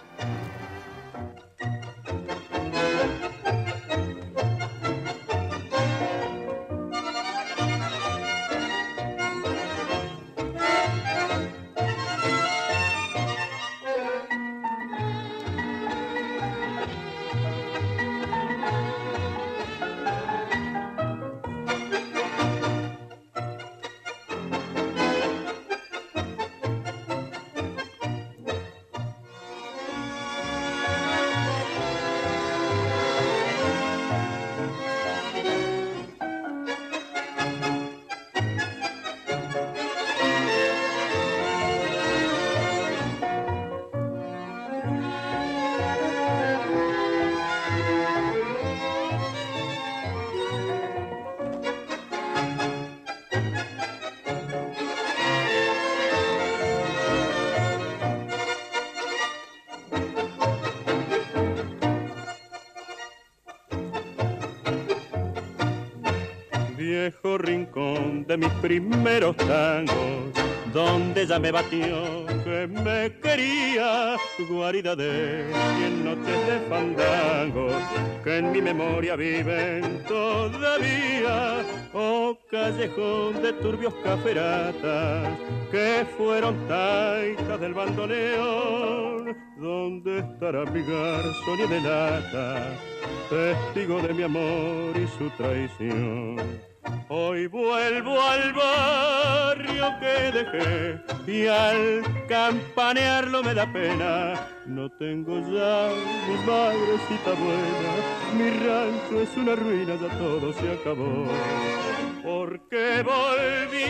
Viejo rincón de mis primeros tangos, donde ella me batió que me quería, guarida de 100 noches de fandango que en mi memoria viven todavía, oh callejón de turbios caferatas que fueron taitas del bandoneón, ¿dónde estará mi garzón de lata, testigo de mi amor y su traición? Hoy vuelvo al barrio que dejé y al campanearlo me da pena. No tengo ya mi madrecita buena, mi rancho es una ruina, ya todo se acabó. Porque volví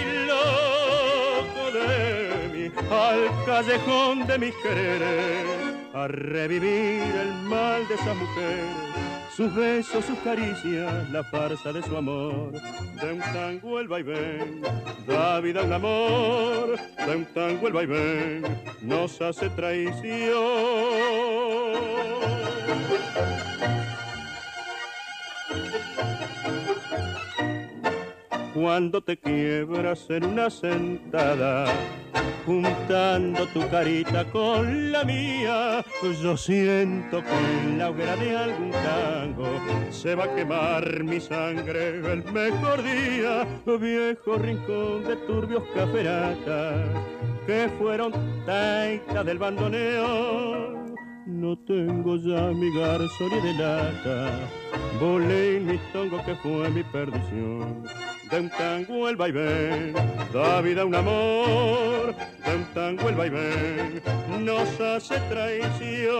loco de mí al callejón de mis quereres, a revivir el mal de esas mujeres, sus besos, sus caricias, la farsa de su amor. De un tango el vaivén da vida a un amor, de un tango el vaivén nos hace traición. Cuando te quiebras en una sentada, juntando tu carita con la mía, yo siento que en la hoguera de algún tango se va a quemar mi sangre el mejor día. Viejo rincón de turbios caferatas que fueron taitas del bandoneón, no tengo ya mi garzón ni de lata, volé en mi tongo que fue mi perdición. De un tango el vaivén da vida a un amor, de un tango el vaivén nos hace traición.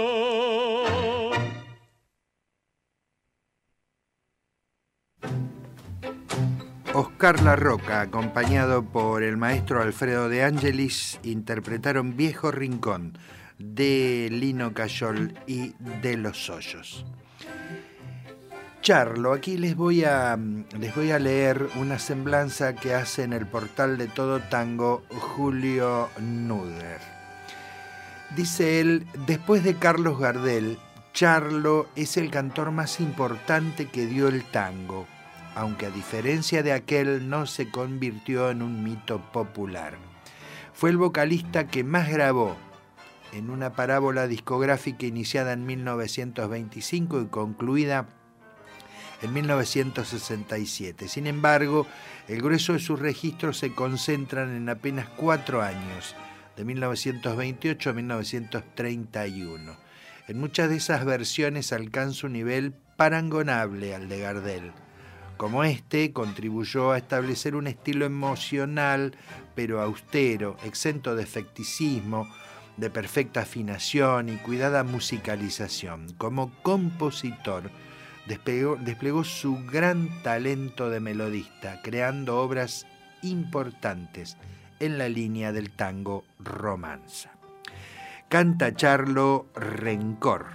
Oscar Larroca, acompañado por el maestro Alfredo de Angelis, interpretaron Viejo Rincón de Lino Cayol y de Los Hoyos. Charlo, aquí les voy a leer una semblanza que hace en el portal de Todo Tango Julio Nuder. Dice él: después de Carlos Gardel, Charlo es el cantor más importante que dio el tango, aunque a diferencia de aquel no se convirtió en un mito popular. Fue el vocalista que más grabó en una parábola discográfica iniciada en 1925 y concluida en 1967. Sin embargo, el grueso de sus registros se concentran en apenas 4 años, de 1928 a 1931. En muchas de esas versiones alcanza un nivel parangonable al de Gardel, como este, contribuyó a establecer un estilo emocional, pero austero, exento de efecticismo, de perfecta afinación y cuidada musicalización. Como compositor, desplegó su gran talento de melodista, creando obras importantes en la línea del tango romanza. Canta Charlo Rencor.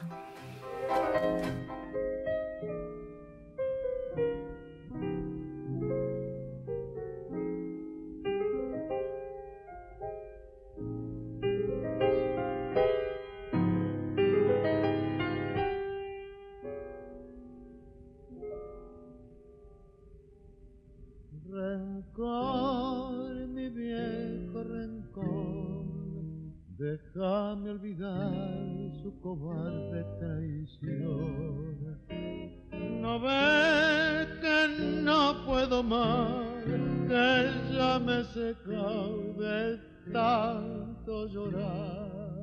Rencor, mi viejo rencor, déjame olvidar su cobarde traición. No ves que no puedo más, que ya me he secado de tanto llorar.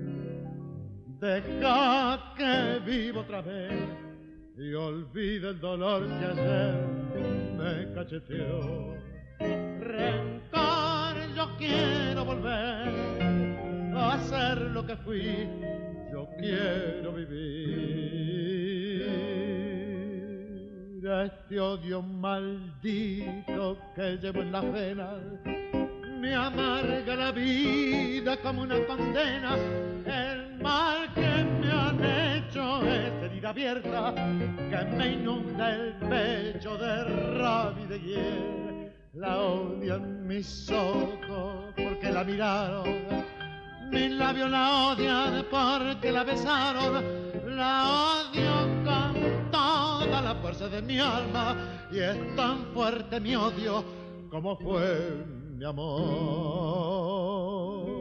Deja que viva otra vez y olvida el dolor que ayer me cacheteó. Rencor, yo quiero volver a ser lo que fui, yo quiero vivir. Este odio maldito que llevo en las venas me amarga la vida como una condena. El mal que me han hecho es herida abierta que me inunda el pecho de rabia y de hiel. La odian mis ojos porque la miraron, mis labios la odian porque la besaron. La odio con toda la fuerza de mi alma y es tan fuerte mi odio como fue mi amor.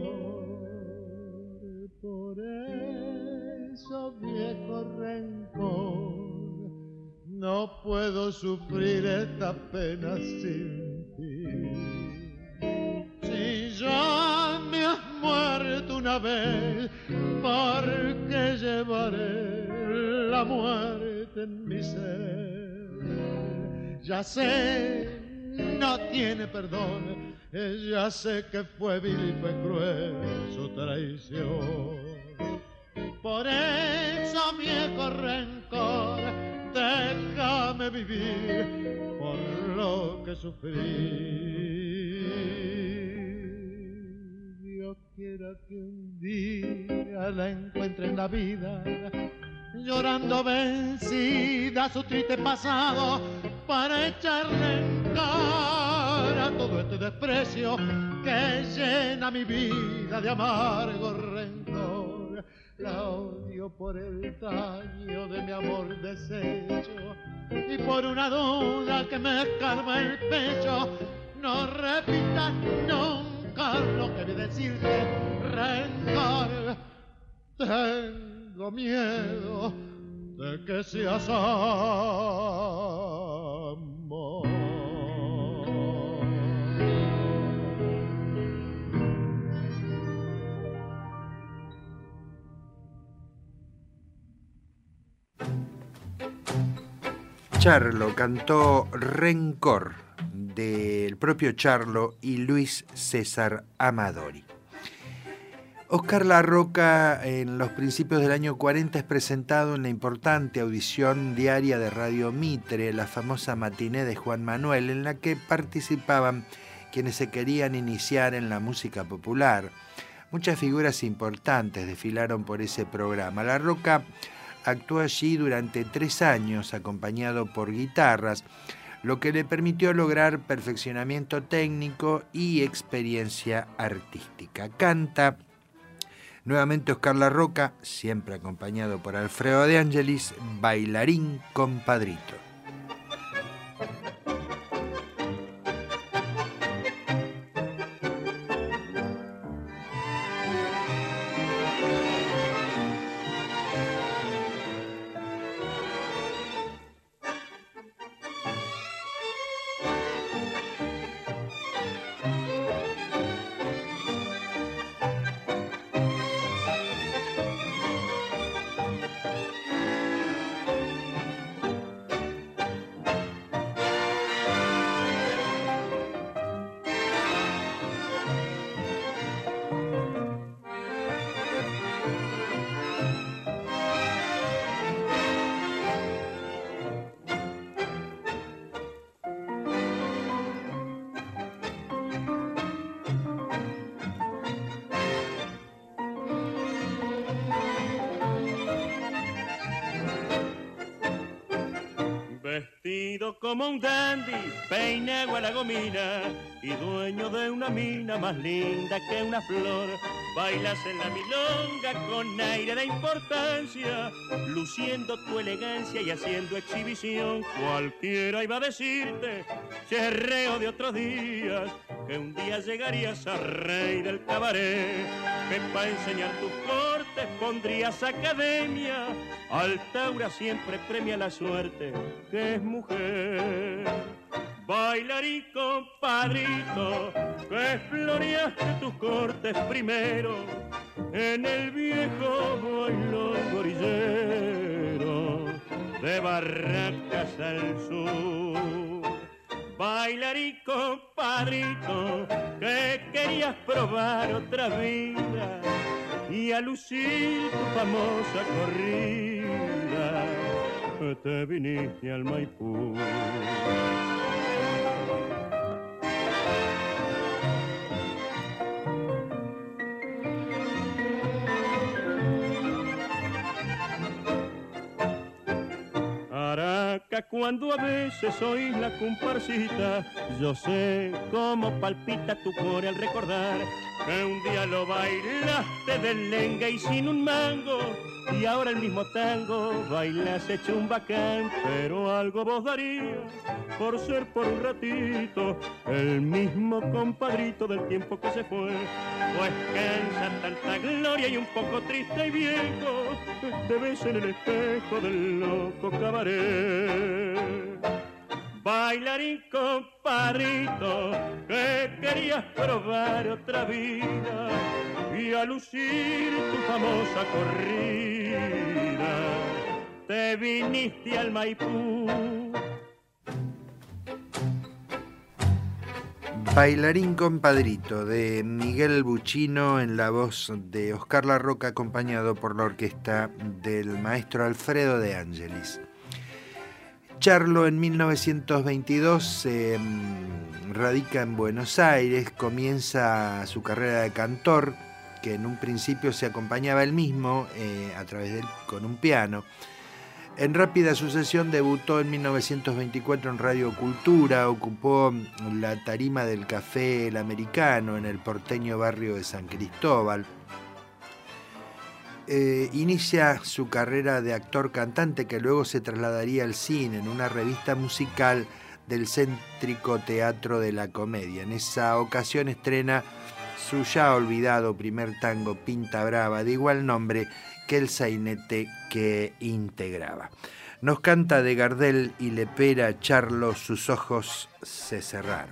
Por eso, viejo rencor, no puedo sufrir esta pena sin ti. Si ya me has muerto una vez, ¿por qué llevaré la muerte en mi ser? Ya sé, no tiene perdón, ya sé que fue vil y fue cruel su traición. Por eso, viejo rencor, déjame vivir por lo que sufrí. Dios quiera que un día la encuentre en la vida, llorando vencida su triste pasado, para echarle en cara todo este desprecio que llena mi vida de amargo rencor. La odio por el daño de mi amor deshecho y por una duda que me escarba el pecho. No repitas nunca lo que vi decirte, rencor. Tengo miedo de que seas amor. Charlo cantó Rencor, del propio Charlo y Luis César Amadori. Oscar Larroca, en los principios del año 40, es presentado en la importante audición diaria de Radio Mitre, la famosa matiné de Juan Manuel, en la que participaban quienes se querían iniciar en la música popular. Muchas figuras importantes desfilaron por ese programa. Larroca actuó allí durante 3 años, acompañado por guitarras, lo que le permitió lograr perfeccionamiento técnico y experiencia artística. Canta nuevamente Oscar Larroca, siempre acompañado por Alfredo De Angelis, Bailarín Compadrito. Vestido como un dandy, peinado a la gomina y dueño de una mina más linda que una flor. Bailas en la milonga con aire de importancia, luciendo tu elegancia y haciendo exhibición. Cualquiera iba a decirte, cherreo de otros días, que un día llegarías a rey del cabaret, que para enseñar tus cortes pondrías academia. Altaura siempre premia la suerte, que es mujer. Bailarín compadrito, que floreaste tus cortes primero en el viejo bailón gorillero de Barracas al sur. Bailarín compadrito, que querías probar otra vida y a lucir tu famosa corrida, te viniste al Maipú. Araca, cuando a veces oís la comparsita, yo sé cómo palpita tu core al recordar que un día lo bailaste de lenga y sin un mango, y ahora el mismo tango bailas hecho un bacán. Pero algo vos darías por ser por un ratito el mismo compadrito del tiempo que se fue, pues cansa tanta gloria y un poco triste y viejo te ves en el espejo del loco cabaret. Bailarín compadrito, que querías probar otra vida y a lucir tu famosa corrida, te viniste al Maipú. Bailarín compadrito, de Miguel Buchino, en la voz de Oscar Larroca, acompañado por la orquesta del maestro Alfredo de Angelis. Charlo en 1922 radica en Buenos Aires, comienza su carrera de cantor, que en un principio se acompañaba él mismo con un piano. En rápida sucesión debutó en 1924 en Radio Cultura, ocupó la tarima del Café El Americano en el porteño barrio de San Cristóbal. Inicia su carrera de actor-cantante, que luego se trasladaría al cine en una revista musical del céntrico Teatro de la Comedia. En esa ocasión estrena su ya olvidado primer tango, Pinta Brava, de igual nombre que el sainete que integraba. Nos canta de Gardel y Lepera, Charlo, sus ojos se cerraron.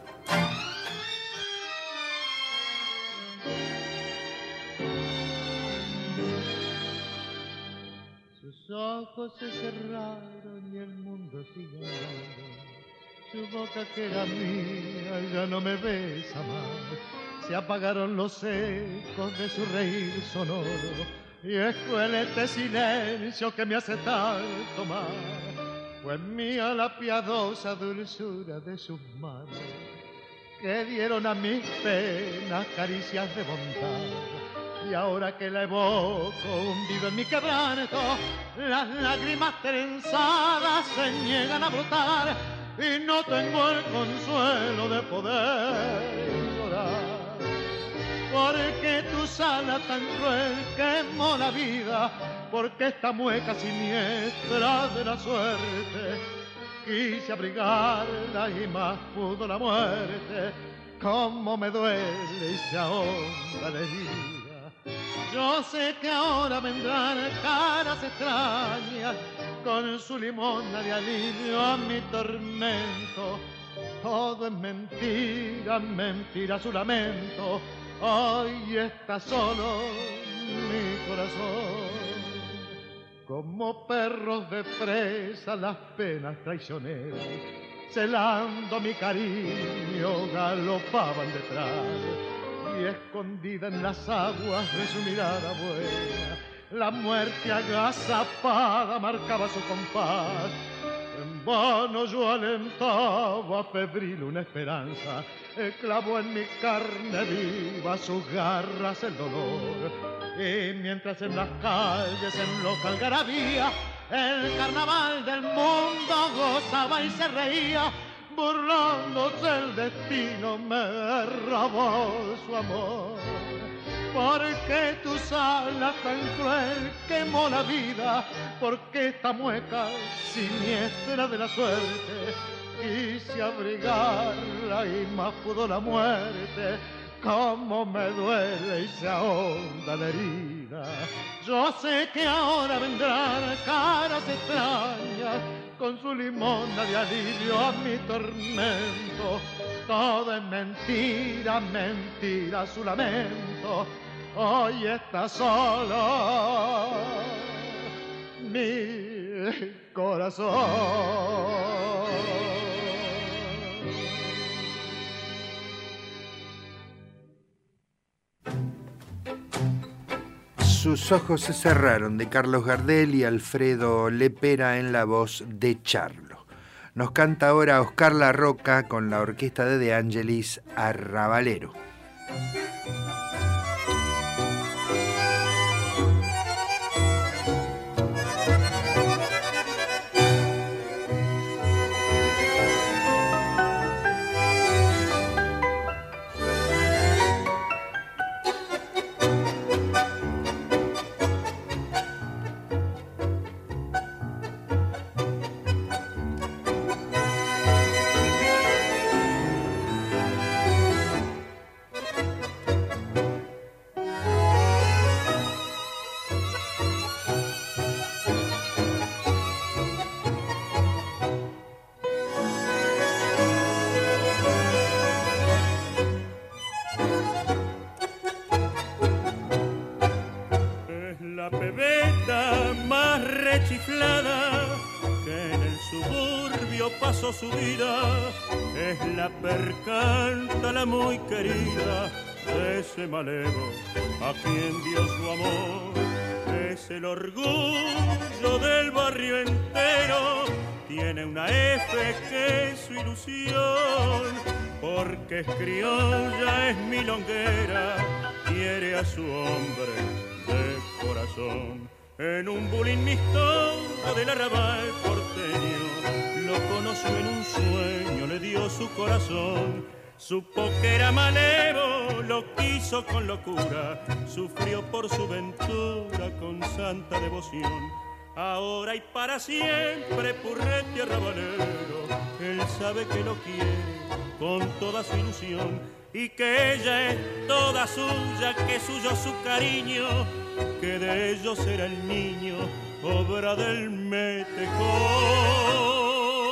Sus ojos se cerraron y el mundo sigue andando. Su boca que era mía ya no me besa más. Se apagaron los ecos de su reír sonoro y es cruel este silencio que me hace tanto mal. Fue mía la piadosa dulzura de sus manos que dieron a mis penas caricias de bondad. Y ahora que la evoco hundido en mi quebranto, las lágrimas trenzadas se niegan a brotar y no tengo el consuelo de poder llorar. Porque tu sala tan cruel quemó la vida, porque esta mueca siniestra de la suerte quise abrigarla y más pudo la muerte. Cómo me duele y se ahonda la herida. Yo sé que ahora vendrán caras extrañas con su limosna de alivio a mi tormento. Todo es mentira, mentira su lamento. Hoy está solo mi corazón. Como perros de presa las penas traicioneras, celando mi cariño, galopaban detrás. Y escondida en las aguas de su mirada buena, la muerte agazapada marcaba su compás. En vano yo alentaba febril una esperanza, clavó en mi carne viva sus garras el dolor. Y mientras en las calles en loca algarabía el carnaval del mundo gozaba y se reía, burlándose el destino me robó su amor. Porque tus alas tan cruel quemó la vida, porque esta mueca siniestra de la suerte quise abrigarla y más pudo la muerte. Cómo me duele y se ahonda la herida. Yo sé que ahora vendrán caras extrañas con su limosna de alivio a mi tormento. Todo es mentira, mentira su lamento. Hoy está solo mi corazón. Sus ojos se cerraron, de Carlos Gardel y Alfredo Lepera en la voz de Charlo. Nos canta ahora Oscar La Roca con la orquesta de De Angelis, Arrabalero. Su vida es la percanta, la muy querida de ese malevo a quien dio su amor. Es el orgullo del barrio entero, tiene una F que es su ilusión, porque es criolla, es milonguera, quiere a su hombre de corazón. En un bulín mixto del arrabal porteño, lo conoció en un sueño, le dio su corazón. Supo que era malevo, lo quiso con locura, sufrió por su ventura con santa devoción. Ahora y para siempre, Purrete Arrabalero, él sabe que lo quiere con toda su ilusión y que ella es toda suya, que suyo su cariño, que de ellos era el niño, obra del metejón.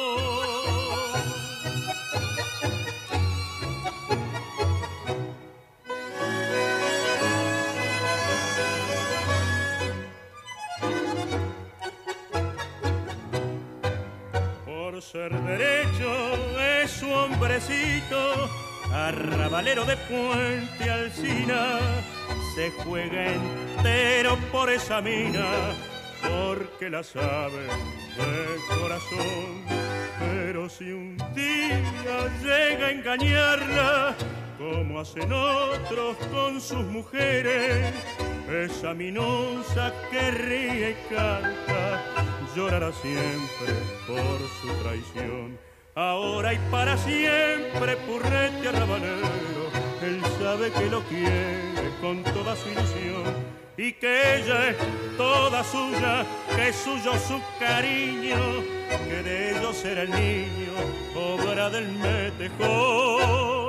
Por ser derecho es su hombrecito, arrabalero de Puente Alsina, se juega entero por esa mina, porque la sabe de corazón. Pero si un día llega a engañarla, como hacen otros con sus mujeres, esa minusa que ríe y canta, llorará siempre por su traición. Ahora y para siempre, Purrete Arrabalero, él sabe que lo quiere con toda su ilusión y que ella es toda suya, que es suyo su cariño, que de ellos será el niño, obra del metejón.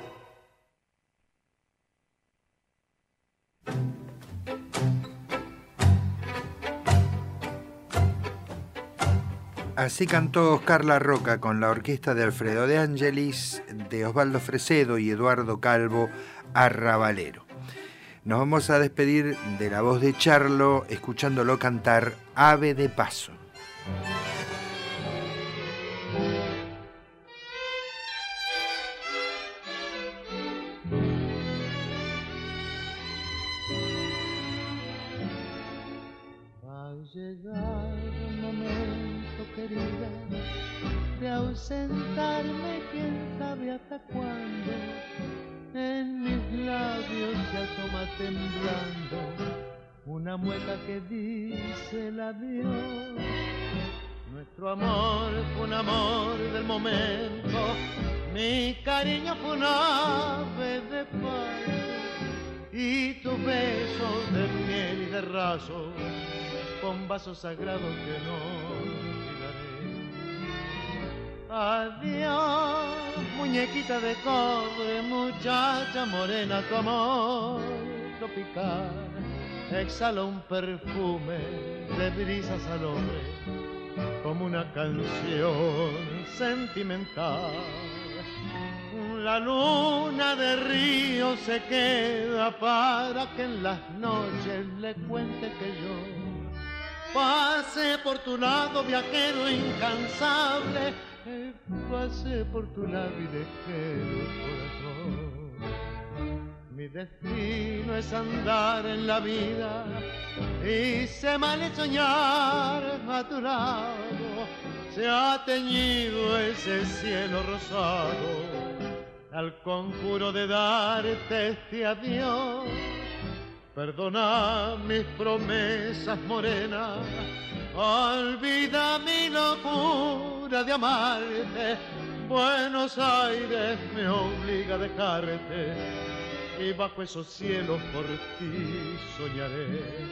Así cantó Oscar La Roca con la orquesta de Alfredo De Angelis, de Osvaldo Fresedo y Eduardo Calvo, Arrabalero. Nos vamos a despedir de la voz de Charlo escuchándolo cantar Ave de Paso. Va a llegar un momento, querida, de ausentarme, quién sabe hasta cuándo. En mis labios se asoma temblando una mueca que dice el adiós. Nuestro amor fue un amor del momento, mi cariño fue un ave de paso, y tus besos de miel y de raso, con vasos sagrados que no olvidaré. Adiós, muñequita de cobre, muchacha morena, tu amor tropical exhala un perfume de brisas al hombre, como una canción sentimental. La luna de río se queda para que en las noches le cuente que yo pasé por tu lado, viajero incansable, pasé por tu lado y dejé el corazón. Mi destino es andar en la vida y se me ha soñar a tu lado. Se ha teñido ese cielo rosado al conjuro de darte este adiós. Perdona mis promesas morenas, olvida mi locura de amarte. Buenos Aires me obliga a dejarte y bajo esos cielos por ti soñaré.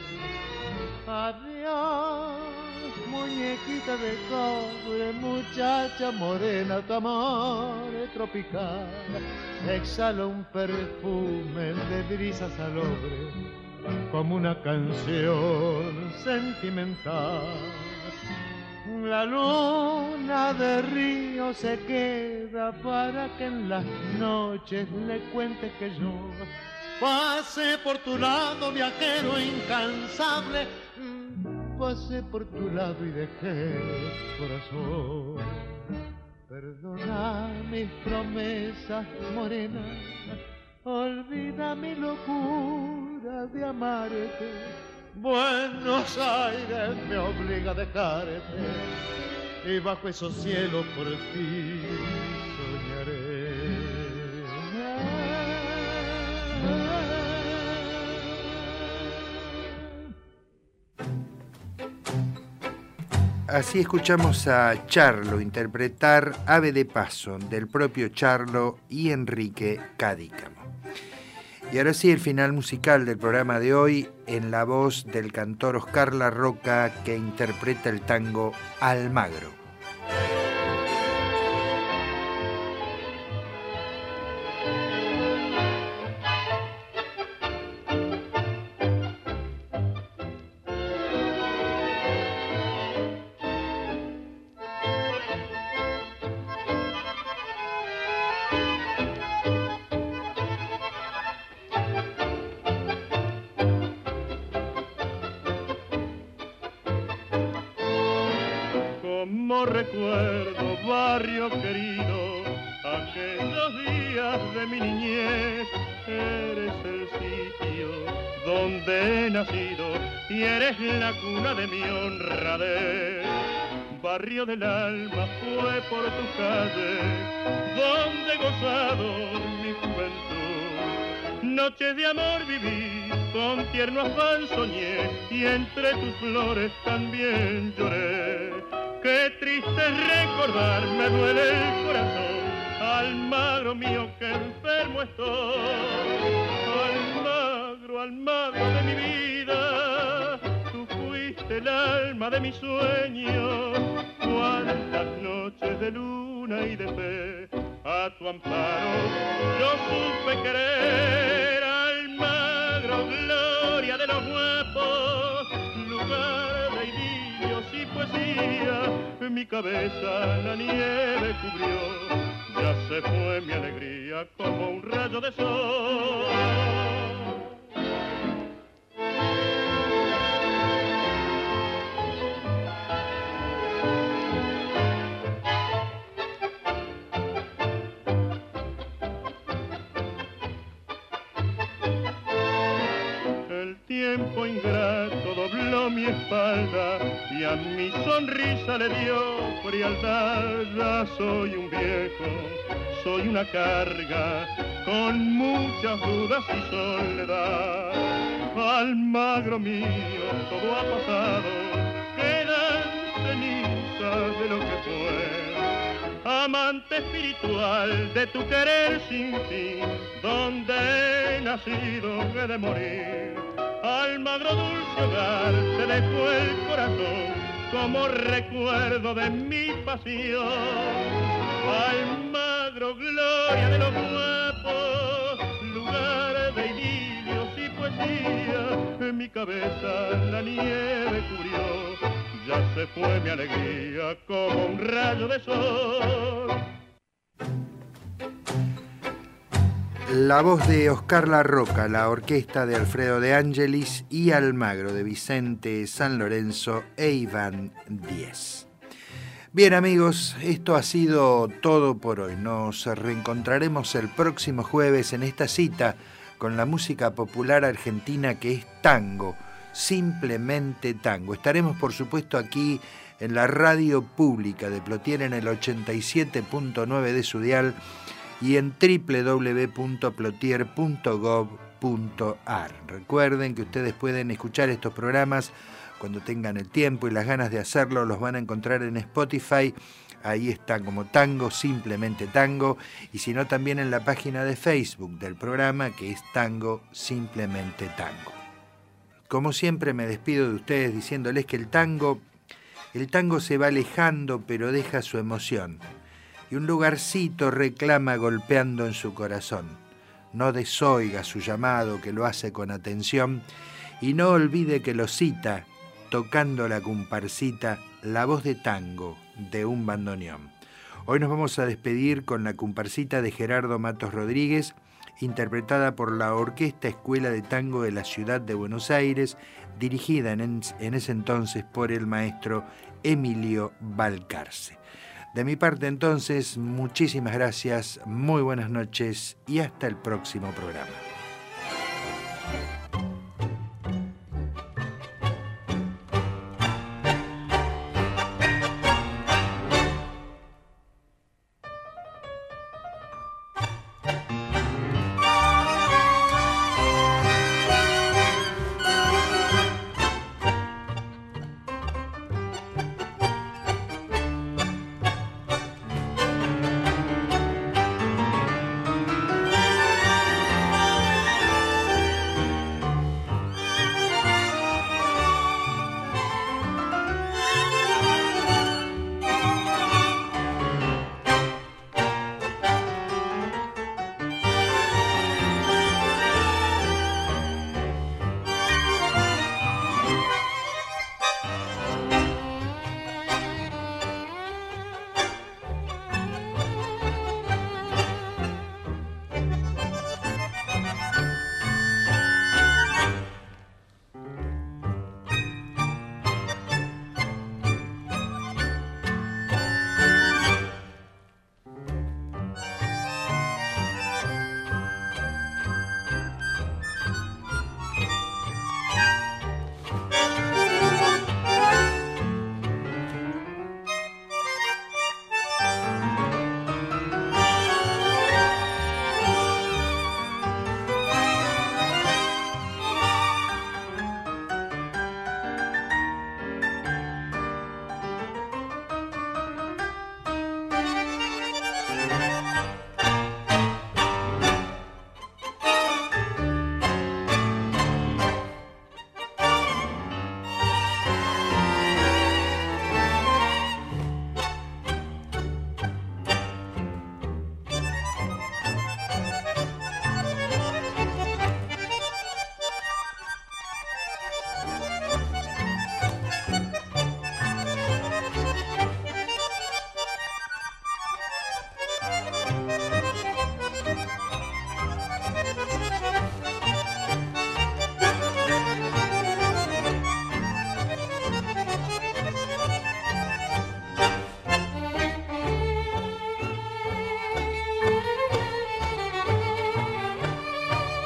Adiós, muñequita de cobre, muchacha morena, tu amor tropical exhala un perfume de brisas salobre, como una canción sentimental. La luna de río se queda para que en las noches le cuente que yo pasé por tu lado, viajero incansable, pasé por tu lado y dejé el corazón. Perdona mis promesas morenas, olvida mi locura de amarte. Buenos Aires me obliga a dejarte y bajo esos cielos por ti soñaré. Así escuchamos a Charlo interpretar Ave de Paso del propio Charlo y Enrique Cadícamo. Y ahora sí, el final musical del programa de hoy en la voz del cantor Oscar Larroca, que interpreta el tango Almagro. Recuerdo, barrio querido, aquellos días de mi niñez. Eres el sitio donde he nacido y eres la cuna de mi honradez. Barrio del alma fue por tu calle donde he gozado mi juventud. Noches de amor viví, con tierno afán soñé y entre tus flores también lloré. Qué triste recordar, me duele el corazón, Almagro mío que enfermo estoy. Almagro, Almagro de mi vida, tú fuiste el alma de mi sueño. Cuántas noches de luna y de fe, a tu amparo yo supe querer. Almagro, gloria de los guapos, lugar de idilios y poesía. Mi cabeza la nieve cubrió, ya se fue mi alegría como un rayo de sol. El tiempo ingrato dobló mi espalda y a mi sonrisa le dio frialdad. Ya soy un viejo, soy una carga, con muchas dudas y soledad. Almagro mío, todo ha pasado, quedan cenizas de lo que fue. Amante espiritual de tu querer sin fin, donde he nacido he de morir. Almagro dulce hogar, te dejo el corazón como recuerdo de mi pasión. Almagro, gloria de los guapos, lugar de idilios y poesía. En mi cabeza la nieve cubrió, ya se fue mi alegría como un rayo de sol. La voz de Oscar La Roca, la orquesta de Alfredo de Angelis y Almagro de Vicente San Lorenzo e Iván Díez. Bien amigos, esto ha sido todo por hoy. Nos reencontraremos el próximo jueves en esta cita con la música popular argentina que es tango, simplemente tango. Estaremos por supuesto aquí en la radio pública de Plotier en el 87.9 de su dial y en www.plotier.gov.ar. Recuerden que ustedes pueden escuchar estos programas cuando tengan el tiempo y las ganas de hacerlo, los van a encontrar en Spotify, ahí están como Tango, simplemente Tango, y si no también en la página de Facebook del programa que es Tango, simplemente Tango. Como siempre me despido de ustedes diciéndoles que el tango se va alejando pero deja su emoción. Y un lugarcito reclama golpeando en su corazón. No desoiga su llamado que lo hace con atención y no olvide que lo cita, tocando la comparsita, la voz de tango de un bandoneón. Hoy nos vamos a despedir con la comparsita de Gerardo Matos Rodríguez, interpretada por la Orquesta Escuela de Tango de la Ciudad de Buenos Aires, dirigida en ese entonces por el maestro Emilio Balcarce. De mi parte entonces, muchísimas gracias, muy buenas noches y hasta el próximo programa.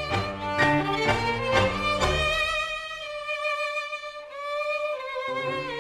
Thank you.